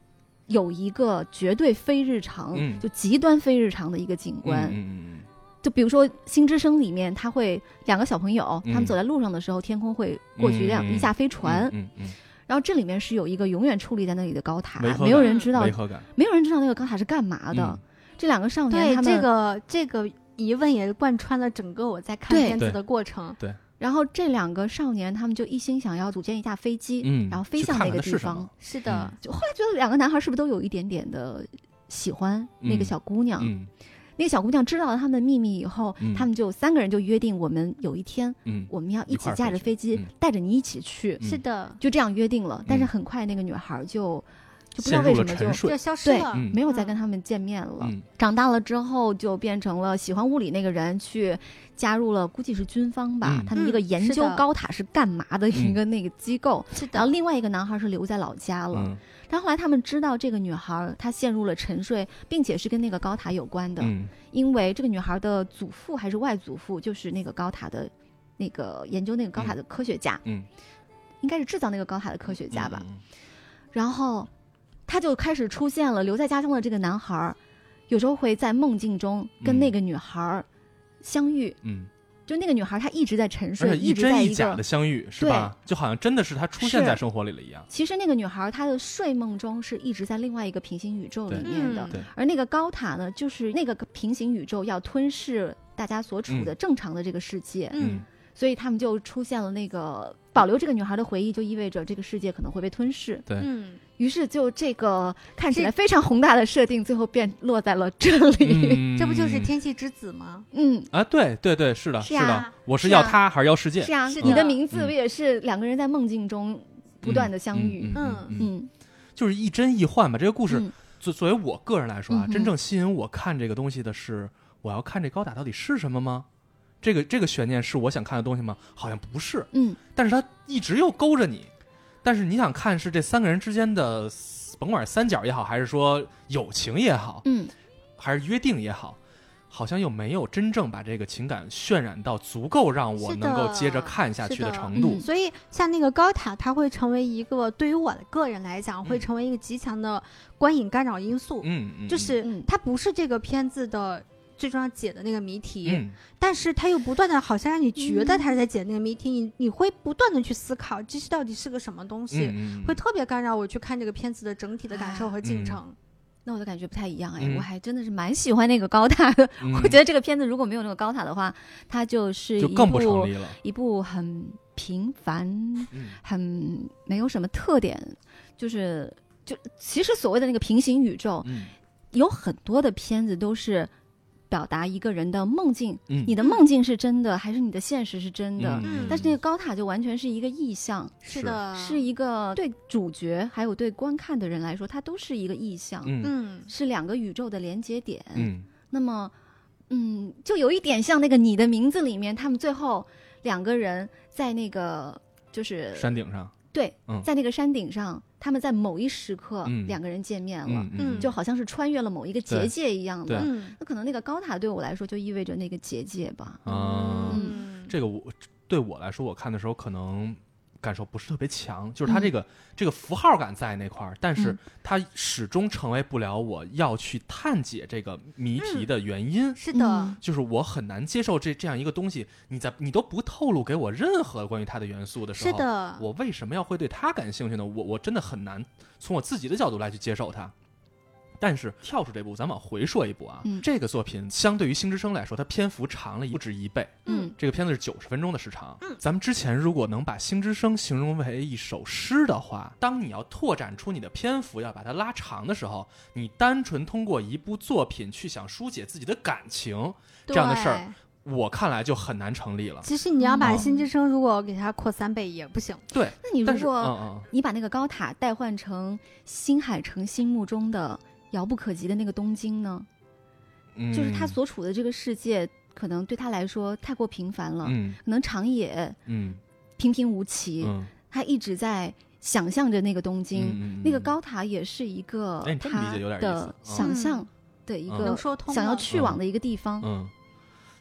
有一个绝对非日常、 嗯、 就极端非日常的一个景观。 嗯嗯嗯， 就比如说《星之声》里面，他会两个小朋友、 嗯、 他们走在路上的时候，天空会过去一辆、嗯、一架飞船。 嗯 嗯, 嗯, 嗯然后这里面是有一个永远矗立在那里的高塔，没有人知道，没有人知道那个高塔是干嘛的。嗯、这两个少年， 对他们这个这个疑问也贯穿了整个我在看片子的过程。 对。对然后这两个少年，他们就一心想要组建一架飞机， 嗯， 然后飞向那个地方。 看看是, 是的、 嗯，就后来觉得两个男孩是不是都有一点点的喜欢那个小姑娘？ 嗯， 那个小姑娘知道了他们的秘密以后、 嗯， 他们就三个人就约定，我们有一天， 嗯， 我们要一起驾着飞机、 嗯、 带着你一起去。 是的， 就这样约定了。 嗯、 但是很快那个女孩就。就不知道为什么就就消失了， 对、嗯，没有再跟他们见面了、 嗯。 长大了之后就变成了喜欢物理那个人，去加入了估计是军方吧， 嗯、 他们一个研究高塔是干嘛的一个那个机构。 是的。 然后另外一个男孩是留在老家了。 嗯、 但后来他们知道这个女孩她陷入了沉睡，并且是跟那个高塔有关的， 嗯、 因为这个女孩的祖父还是外祖父就是那个高塔的那个研究那个高塔的科学家， 嗯， 应该是制造那个高塔的科学家吧。 嗯、 然后。他就开始出现了，留在家乡的这个男孩，有时候会在梦境中跟那个女孩相遇。 嗯， 就那个女孩她一直在沉睡， 一真一假的相遇，是吧？就好像真的是她出现在生活里了一样。 其实那个女孩她的睡梦中是一直在另外一个平行宇宙里面的， 对。 而那个高塔呢，就是那个平行宇宙要吞噬大家所处的正常的这个世界。 嗯。 所以他们就出现了那个保留这个女孩的回忆，就意味着这个世界可能会被吞噬。 对， 嗯， 于是就这个看起来非常宏大的设定，最后变落在了这里。 嗯、 这不就是天气之子吗？ 嗯啊，对对对，是的， 是啊， 是的，我是要他还是要世界？ 是啊， 是你的名字不也是两个人在梦境中不断的相遇？ 嗯嗯 嗯, 嗯， 就是一真一幻吧。这个故事， 嗯、 作作为我个人来说啊、 嗯， 真正吸引我看这个东西的是，我要看这高塔到底是什么吗？这个这个悬念是我想看的东西吗？好像不是， 嗯， 但是它一直又勾着你。但是你想看是这三个人之间的，甭管三角也好，还是说友情也好， 嗯， 还是约定也好，好像又没有真正把这个情感渲染到足够让我能够接着看下去的程度。 嗯、所以像那个高塔，它会成为一个对于我的个人来讲，会成为一个极强的观影干扰因素。 嗯嗯， 就是它不是这个片子的最重要解的那个谜题、 嗯、 但是他又不断的好像让你觉得他是在解那个谜题、嗯、你你会不断的去思考这是到底是个什么东西、 嗯、 会特别干扰我去看这个片子的整体的感受和进程、 嗯、 那我的感觉不太一样哎、 嗯、 我还真的是蛮喜欢那个高塔的、 嗯、 我觉得这个片子如果没有那个高塔的话，它就是一部就更不成立了， 一部很平凡、 嗯、 很没有什么特点，就是就其实所谓的那个平行宇宙、 嗯、 有很多的片子都是表达一个人的梦境、 嗯、 你的梦境是真的还是你的现实是真的、 嗯、 但是那个高塔就完全是一个意象， 是的， 是一个对主角还有对观看的人来说它都是一个意象， 嗯， 是两个宇宙的连接点。 嗯， 那么嗯，就有一点像那个你的名字里面，他们最后两个人在那个就是山顶上， 对、 嗯、 在那个山顶上，他们在某一时刻、 嗯、 两个人见面了、 嗯嗯、 就好像是穿越了某一个结界一样的。 那可能那个高塔对我来说就意味着那个结界吧。 啊、 嗯， 这个我对我来说，我看的时候可能感受不是特别强，就是它这个、嗯、这个符号感在那块儿，但是它始终成为不了我要去探解这个谜题的原因。 嗯、是的， 就是我很难接受这这样一个东西，你在你都不透露给我任何关于它的元素的时候， 是的， 我为什么要会对它感兴趣呢？我我真的很难从我自己的角度来去接受它。但是跳出这步，咱往回说一步啊、 嗯、 这个作品相对于《星之声》来说，它篇幅长了不止一倍。 嗯， 这个片子是九十分钟的时长。 嗯， 咱们之前如果能把《星之声》形容为一首诗的话，当你要拓展出你的篇幅，要把它拉长的时候，你单纯通过一部作品去想疏解自己的感情，这样的事儿，我看来就很难成立了。 其实你要把《星之声》如果给它扩三倍也不行。 对， 那你如果、 嗯嗯、 你把那个高塔代换成新海诚心目中的遥不可及的那个东京呢、嗯、就是他所处的这个世界可能对他来说太过平凡了、 嗯、 可能长野嗯平平无奇、 嗯、 他一直在想象着那个东京、 嗯、 那个高塔也是一个他的想象的一个、 能说通想要去往的一个地方。 嗯，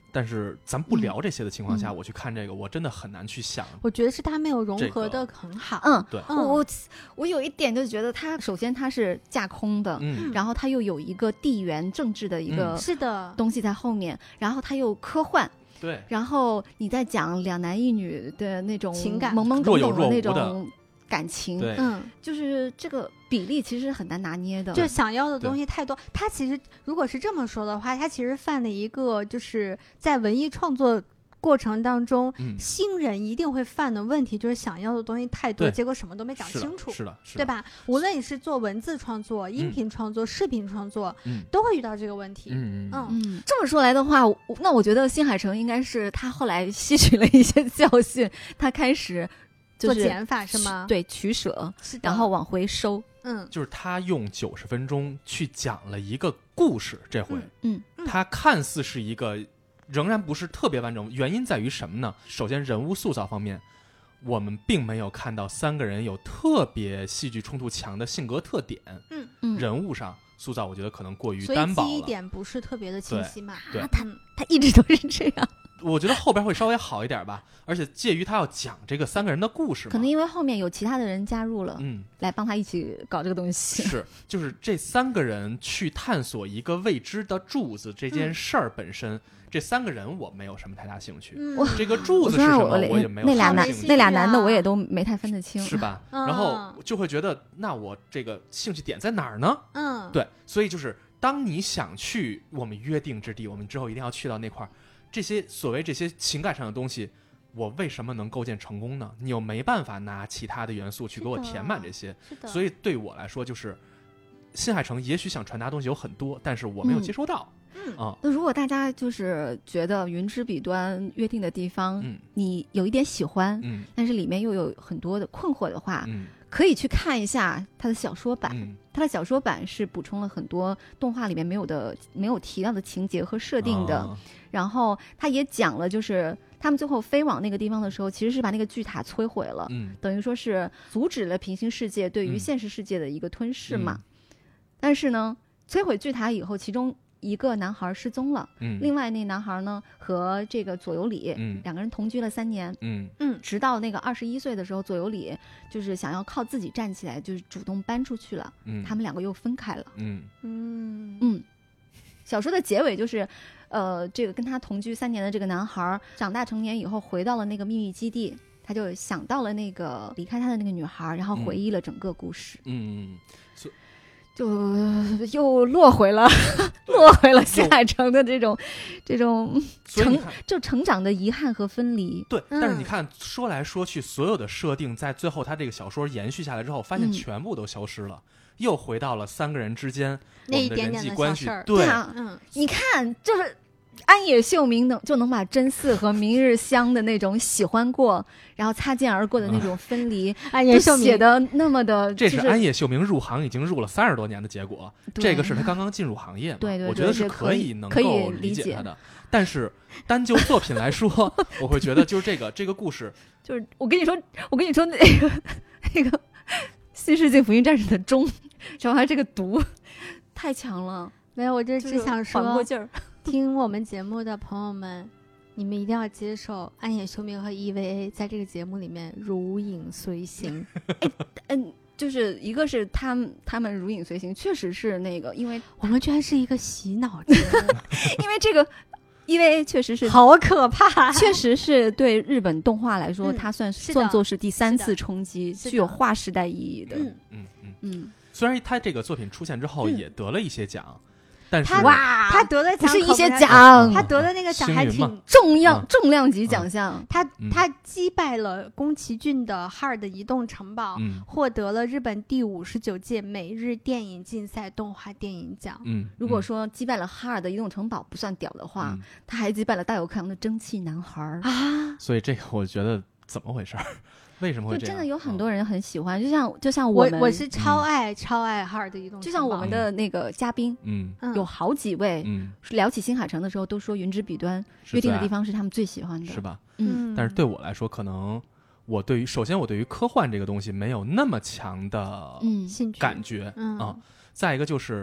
但是咱不聊这些的情况下， 嗯、 我去看这个，我真的很难去想。 我觉得是他没有融合的很好。 嗯， 对， 嗯、我我有一点就觉得他首先他是架空的， 嗯， 然后他又有一个地缘政治的一个是的东西在后面，嗯、然后他又科幻。 对， 然后你在讲两男一女的那种情感懵懵懂懂的那若有若无种感情， 对， 嗯， 就是这个比例其实很难拿捏的， 就想要的东西太多。他其实如果是这么说的话，他其实犯了一个就是在文艺创作过程当中、嗯、新人一定会犯的问题，就是想要的东西太多，结果什么都没讲清楚， 是的，是的， 对吧？无论你是做文字创作、音频创作、嗯、视频创作、嗯，都会遇到这个问题。 嗯嗯嗯。这么说来的话，那我觉得新海诚应该是他后来吸取了一些教训，他开始就是做减法是吗？ 对，取舍，然后往回收。 嗯， 就是他用九十分钟去讲了一个故事，这回， 嗯， 嗯他看似是一个。仍然不是特别完整，原因在于什么呢？首先，人物塑造方面，我们并没有看到三个人有特别戏剧冲突强的性格特点。 嗯嗯， 人物上塑造，我觉得可能过于单薄了， 所以记忆点不是特别的清晰嘛。 对， 对他他一直都是这样。 我觉得后边会稍微好一点吧，而且介于他要讲这个三个人的故事嘛， 可能因为后面有其他的人加入了， 嗯， 来帮他一起搞这个东西。 是，就是这三个人去探索一个未知的柱子这件事儿本身。嗯，这三个人我没有什么太大兴趣， 嗯、 这个柱子是什么 我, 我也没有那俩男那俩男的我也都没太分得清， 是吧？ 嗯、 然后就会觉得，那我这个兴趣点在哪儿呢？ 嗯， 对，所以就是当你想去我们约定之地，我们之后一定要去到那块儿，这些所谓这些情感上的东西，我为什么能构建成功呢？你又没办法拿其他的元素去给我填满这些，所以对我来说，就是新海诚也许想传达东西有很多，但是我没有接收到。 嗯嗯啊， 那如果大家就是觉得云之彼端约定的地方，嗯，你有一点喜欢，嗯，但是里面又有很多的困惑的话，嗯，可以去看一下他的小说版。嗯，他的小说版是补充了很多动画里面没有的、没有提到的情节和设定的。哦、然后他也讲了，就是他们最后飞往那个地方的时候，其实是把那个巨塔摧毁了，嗯，等于说是阻止了平行世界对于现实世界的一个吞噬嘛。嗯、但是呢，摧毁巨塔以后，其中一个男孩失踪了，嗯，另外那男孩呢和这个佐由里，嗯，两个人同居了三年， 嗯嗯， 直到那个二十一岁的时候，佐由里就是想要靠自己站起来，就是主动搬出去了，嗯，他们两个又分开了， 嗯嗯嗯，小说的结尾就是，呃，这个跟他同居三年的这个男孩长大成年以后回到了那个秘密基地，他就想到了那个离开他的那个女孩，然后回忆了整个故事， 嗯。嗯就又落回了落回了新海诚的这种这种成就成长的遗憾和分离。 对，嗯、但是你看说来说去，所有的设定在最后他这个小说延续下来之后，发现全部都消失了，嗯、又回到了三个人之间我们的人际关系。 点点对啊，嗯，你看就是安野秀明能就能把真嗣和明日香的那种喜欢过然后擦肩而过的那种分离， 安野秀明写的那么的、 就是、这是安野秀明入行已经入了三十多年的结果，这个是他刚刚进入行业嘛， 对对对， 我觉得是可以能够理解他的。但是单就作品来说，我会觉得就是这个这个故事， 就是我跟你说，我跟你说那个那个新世纪福音战士的钟，然后还这个毒太强了。 没有，我这只想说， 缓过劲儿。 听我们节目的朋友们，你们一定要接受安野秀明和 E V A 在这个节目里面如影随形。 嗯，就是一个是他们他们如影随形，确实是那个，因为我们居然是一个洗脑节目， 因为这个。因为确实是好可怕， 确实是对日本动画来说，嗯、它算算作是第三次冲击，具有划时代意义的。 嗯嗯嗯嗯。 虽然他这个作品出现之后也得了一些奖，嗯、但是哇，他得的奖不是一些奖， 他得的那个奖还挺重要、重量级奖项。 嗯、他他击败了宫崎骏的《哈尔的移动城堡》， 嗯， 获得了日本第五十九届每日电影竞赛动画电影奖。 嗯， 如果说击败了《哈尔的移动城堡》不算屌的话，嗯、他还击败了大有克洋的《蒸汽男孩》 啊！ 所以这个我觉得怎么回事？为什么会这样？ 就真的有很多人很喜欢，嗯、就像就像我们， 我我是超爱、嗯、超爱哈尔的移动城堡， 就像我们的那个嘉宾， 嗯， 有好几位， 嗯， 聊起新海诚的时候都说云之彼端约定的地方是他们最喜欢的， 是吧？ 嗯， 但是对我来说，可能我对于首先我对于科幻这个东西没有那么强的嗯感觉， 嗯啊，再一个就是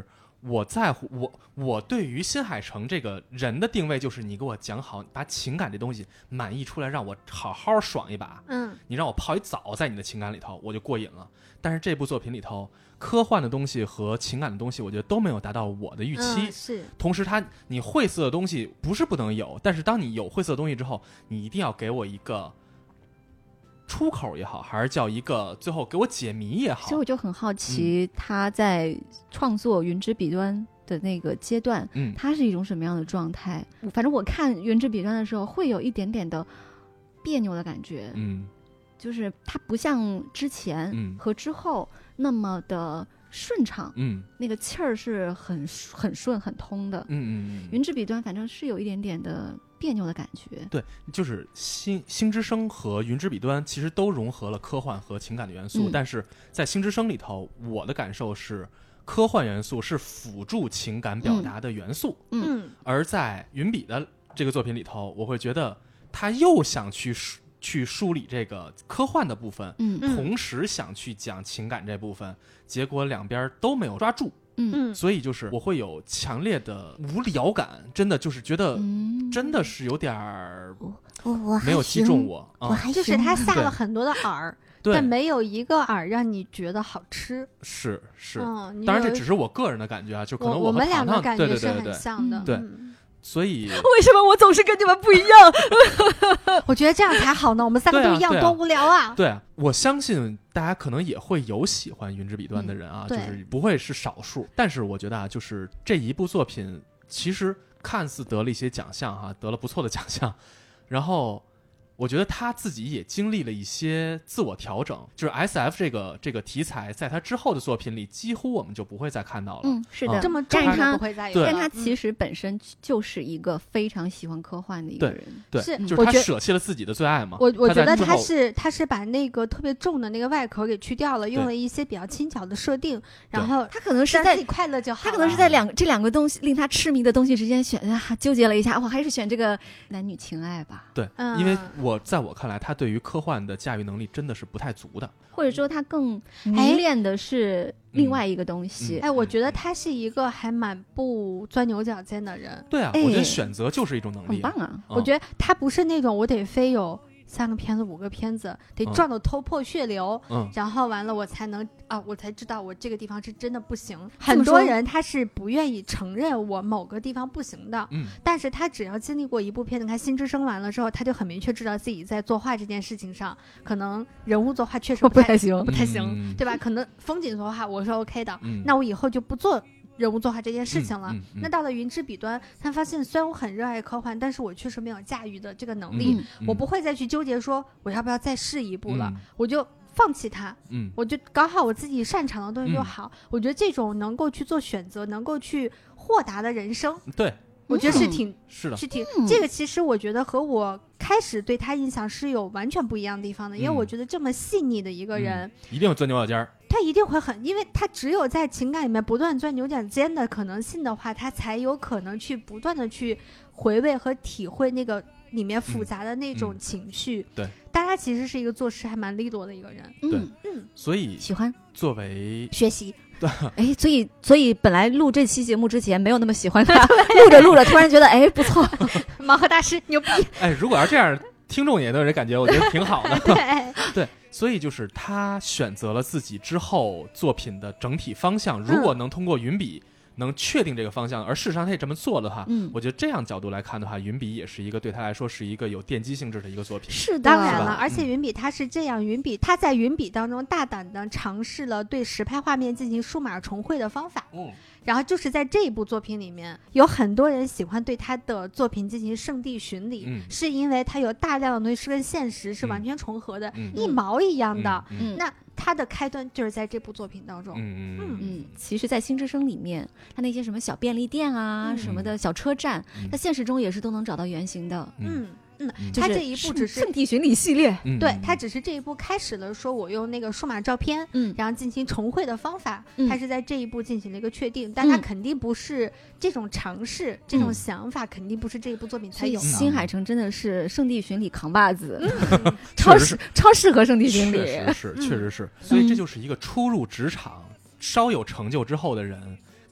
我在乎我我对于新海诚这个人的定位就是你给我讲好，把情感这东西满溢出来，让我好好爽一把。 嗯， 你让我泡一澡在你的情感里头，我就过瘾了。但是这部作品里头，科幻的东西和情感的东西，我觉得都没有达到我的预期。 嗯、是。 同时它，你晦涩的东西不是不能有，但是当你有晦涩的东西之后，你一定要给我一个出口也好，还是叫一个最后给我解谜也好。 所以我就很好奇，他在创作《云之彼端》的那个阶段，嗯，他是一种什么样的状态？反正我看《云之彼端》的时候，会有一点点的别扭的感觉，嗯，就是它不像之前和之后那么的顺畅，嗯，那个气儿是很很顺很通的，嗯嗯嗯。云之彼端反正是有一点点的别扭的感觉。 对，就是星星之声和云之彼端其实都融合了科幻和情感的元素，嗯，但是在星之声里头，我的感受是科幻元素是辅助情感表达的元素，嗯，嗯，而在云彼的这个作品里头，我会觉得他又想去去梳理这个科幻的部分，嗯，同时想去讲情感这部分，结果两边都没有抓住，嗯，所以就是我会有强烈的无聊感，真的就是觉得真的是有点儿没有击中我， 我还就是他下了很多的饵，但没有一个饵让你觉得好吃。 是是，嗯，当然这只是我个人的感觉啊，就可能我我们两个感觉是很像的， 对。对对对对，所以为什么我总是跟你们不一样？ 我觉得这样才好呢，我们三个都一样， 对啊对啊多无聊啊！ 对啊，我相信大家可能也会有喜欢云之彼端的人啊， 嗯、 就是不会是少数。但是我觉得啊，就是这一部作品其实看似得了一些奖项哈、啊，得了不错的奖项，然后我觉得他自己也经历了一些自我调整，就是 S F 这个这个题材，在他之后的作品里，几乎我们就不会再看到了。 嗯，是的， 啊、 这么重他不会再有。 但他其实本身就是一个非常喜欢科幻的一个人。 对， 是就是他舍弃了自己的最爱嘛。 我我觉得他是他是把那个特别重的那个外壳给去掉了，用了一些比较轻巧的设定，然后他可能是在自己快乐就好。 他可能是在两这两个东西令他痴迷的东西之间选啊，纠结了一下，我还是选这个男女情爱吧。 对， 嗯、 因为我在我看来。他对于科幻的驾驭能力真的是不太足的， 或者说他更迷恋的是另外一个东西。 哎，我觉得他是一个还蛮不钻牛角尖的人。 对啊， 哎、 我觉得选择就是一种能力， 很棒啊！ 我觉得他不是那种我得非有三个片子五个片子得撞得头破血流、嗯、然后完了我才能啊，我才知道我这个地方是真的不行。很多人他是不愿意承认我某个地方不行的、嗯、但是他只要经历过一部片子，你看新之声完了之后，他就很明确知道自己在作画这件事情上可能人物作画确实不太, 不太行不太行、 嗯、 对吧？可能风景作画我是 OK 的、嗯、那我以后就不做人物作画这件事情了、嗯嗯嗯、那到了云之彼端，他发现虽然我很热爱科幻，但是我确实没有驾驭的这个能力、嗯嗯、我不会再去纠结说我要不要再试一步了、嗯、我就放弃它、嗯、我就搞好我自己擅长的东西就好、嗯、我觉得这种能够去做选择，能够去豁达的人生， 对， 我觉得是挺、嗯、 是的， 是挺、嗯、这个其实我觉得和我开始对他印象是有完全不一样的地方的、嗯、因为我觉得这么细腻的一个人、嗯、 一定钻牛角尖儿， 他一定会很，因为他只有在情感里面不断钻牛角尖的可能性的话，他才有可能去不断的去回味和体会那个里面复杂的那种情绪、嗯嗯、对，但他其实是一个做事还蛮利落的一个人， 对， 嗯， 所以喜欢作为学习， 对， 哎，所以所以本来录这期节目之前没有那么喜欢他，录着录着突然觉得哎不错， 盲盒大师牛逼， 哎，如果要这样，听众也都有这感觉，我觉得挺好的， 对对，所以就是他选择了自己之后作品的整体方向，如果能通过云笔。嗯，能确定这个方向，而事实上他也这么做的话，嗯，我觉得这样角度来看的话，云笔也是一个对他来说是一个有奠基性质的一个作品。 是的，当然了，而且云笔他是这样，云笔他在云笔当中大胆的尝试了对实拍画面进行数码重绘的方法。嗯。然后就是在这一部作品里面，有很多人喜欢对他的作品进行圣地巡礼、嗯、是因为他有大量的东西是跟现实是完全重合的、嗯、一毛一样的、嗯嗯、那他的开端就是在这部作品当中。 嗯嗯嗯，其实在新之声里面，他那些什么小便利店啊、嗯、什么的小车站，在、嗯、现实中也是都能找到原型的。 嗯嗯，他这一步只是圣地巡礼系列， 对，他只是这一步开始了说我用那个数码照片，嗯，然后进行重绘的方法，嗯，他是在这一步进行了一个确定，但他肯定不是这种尝试、嗯、这种想法肯定不是这一部作品才有的。 新海诚真的是圣地巡礼扛把子，嗯、超适超适合圣地巡礼， 确实是，确实是，所以这就是一个初入职场、稍有成就之后的人。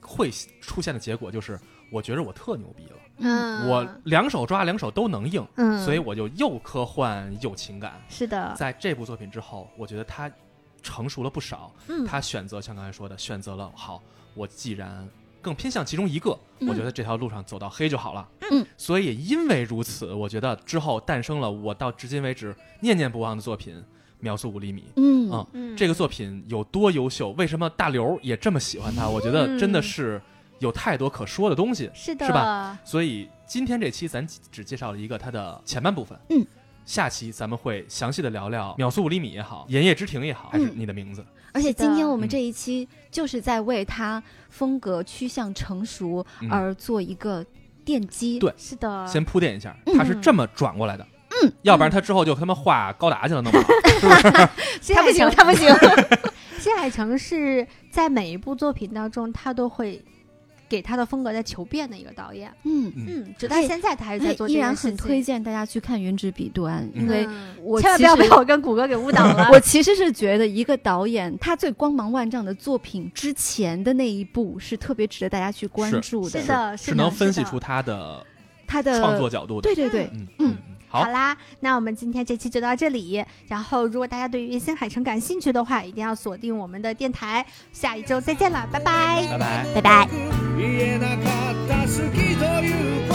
会出现的结果就是我觉得我特牛逼了， 嗯， 我两手抓两手都能硬， 嗯， 所以我就又科幻又情感。 是的， 在这部作品之后，我觉得他成熟了不少， 嗯， 他选择像刚才说的，选择了好，我既然更偏向其中一个， 嗯、 我觉得这条路上走到黑就好了。 嗯， 所以因为如此，我觉得之后诞生了我到至今为止念念不忘的作品《秒速五厘米》。 嗯嗯嗯， 这个作品有多优秀？为什么大刘也这么喜欢他？我觉得真的是有太多可说的东西， 是的， 是吧？所以今天这期咱只介绍了一个它的前半部分。 嗯。 下期咱们会详细的聊聊秒速五厘米也好，炎夜之庭也好，还是你的名字。 嗯、而且今天我们这一期就是在为他风格趋向成熟而做一个奠基。 嗯、对， 是的。 先铺垫一下，他是这么转过来的。 嗯， 要不然他之后就他妈画高达去了，弄不好，是不是？ 他不行，他不行。新海诚是在每一部作品当中，他都会给他的风格在求变的一个导演。 嗯嗯，直到现在他还是在做这件事情。依然很推荐大家去看《原子彼端》， 嗯、 因为我千万不要被我跟谷歌给误导了。 我其实是觉得一个导演他最光芒万丈的作品之前的那一部是特别值得大家去关注的，是的， 是能分析出他的他的创作角度的。 对对对， 嗯嗯。 好, 好啦，那我们今天这期就到这里。然后，如果大家对于新海诚感兴趣的话，一定要锁定我们的电台。下一周再见了，拜拜， 拜拜， 拜拜。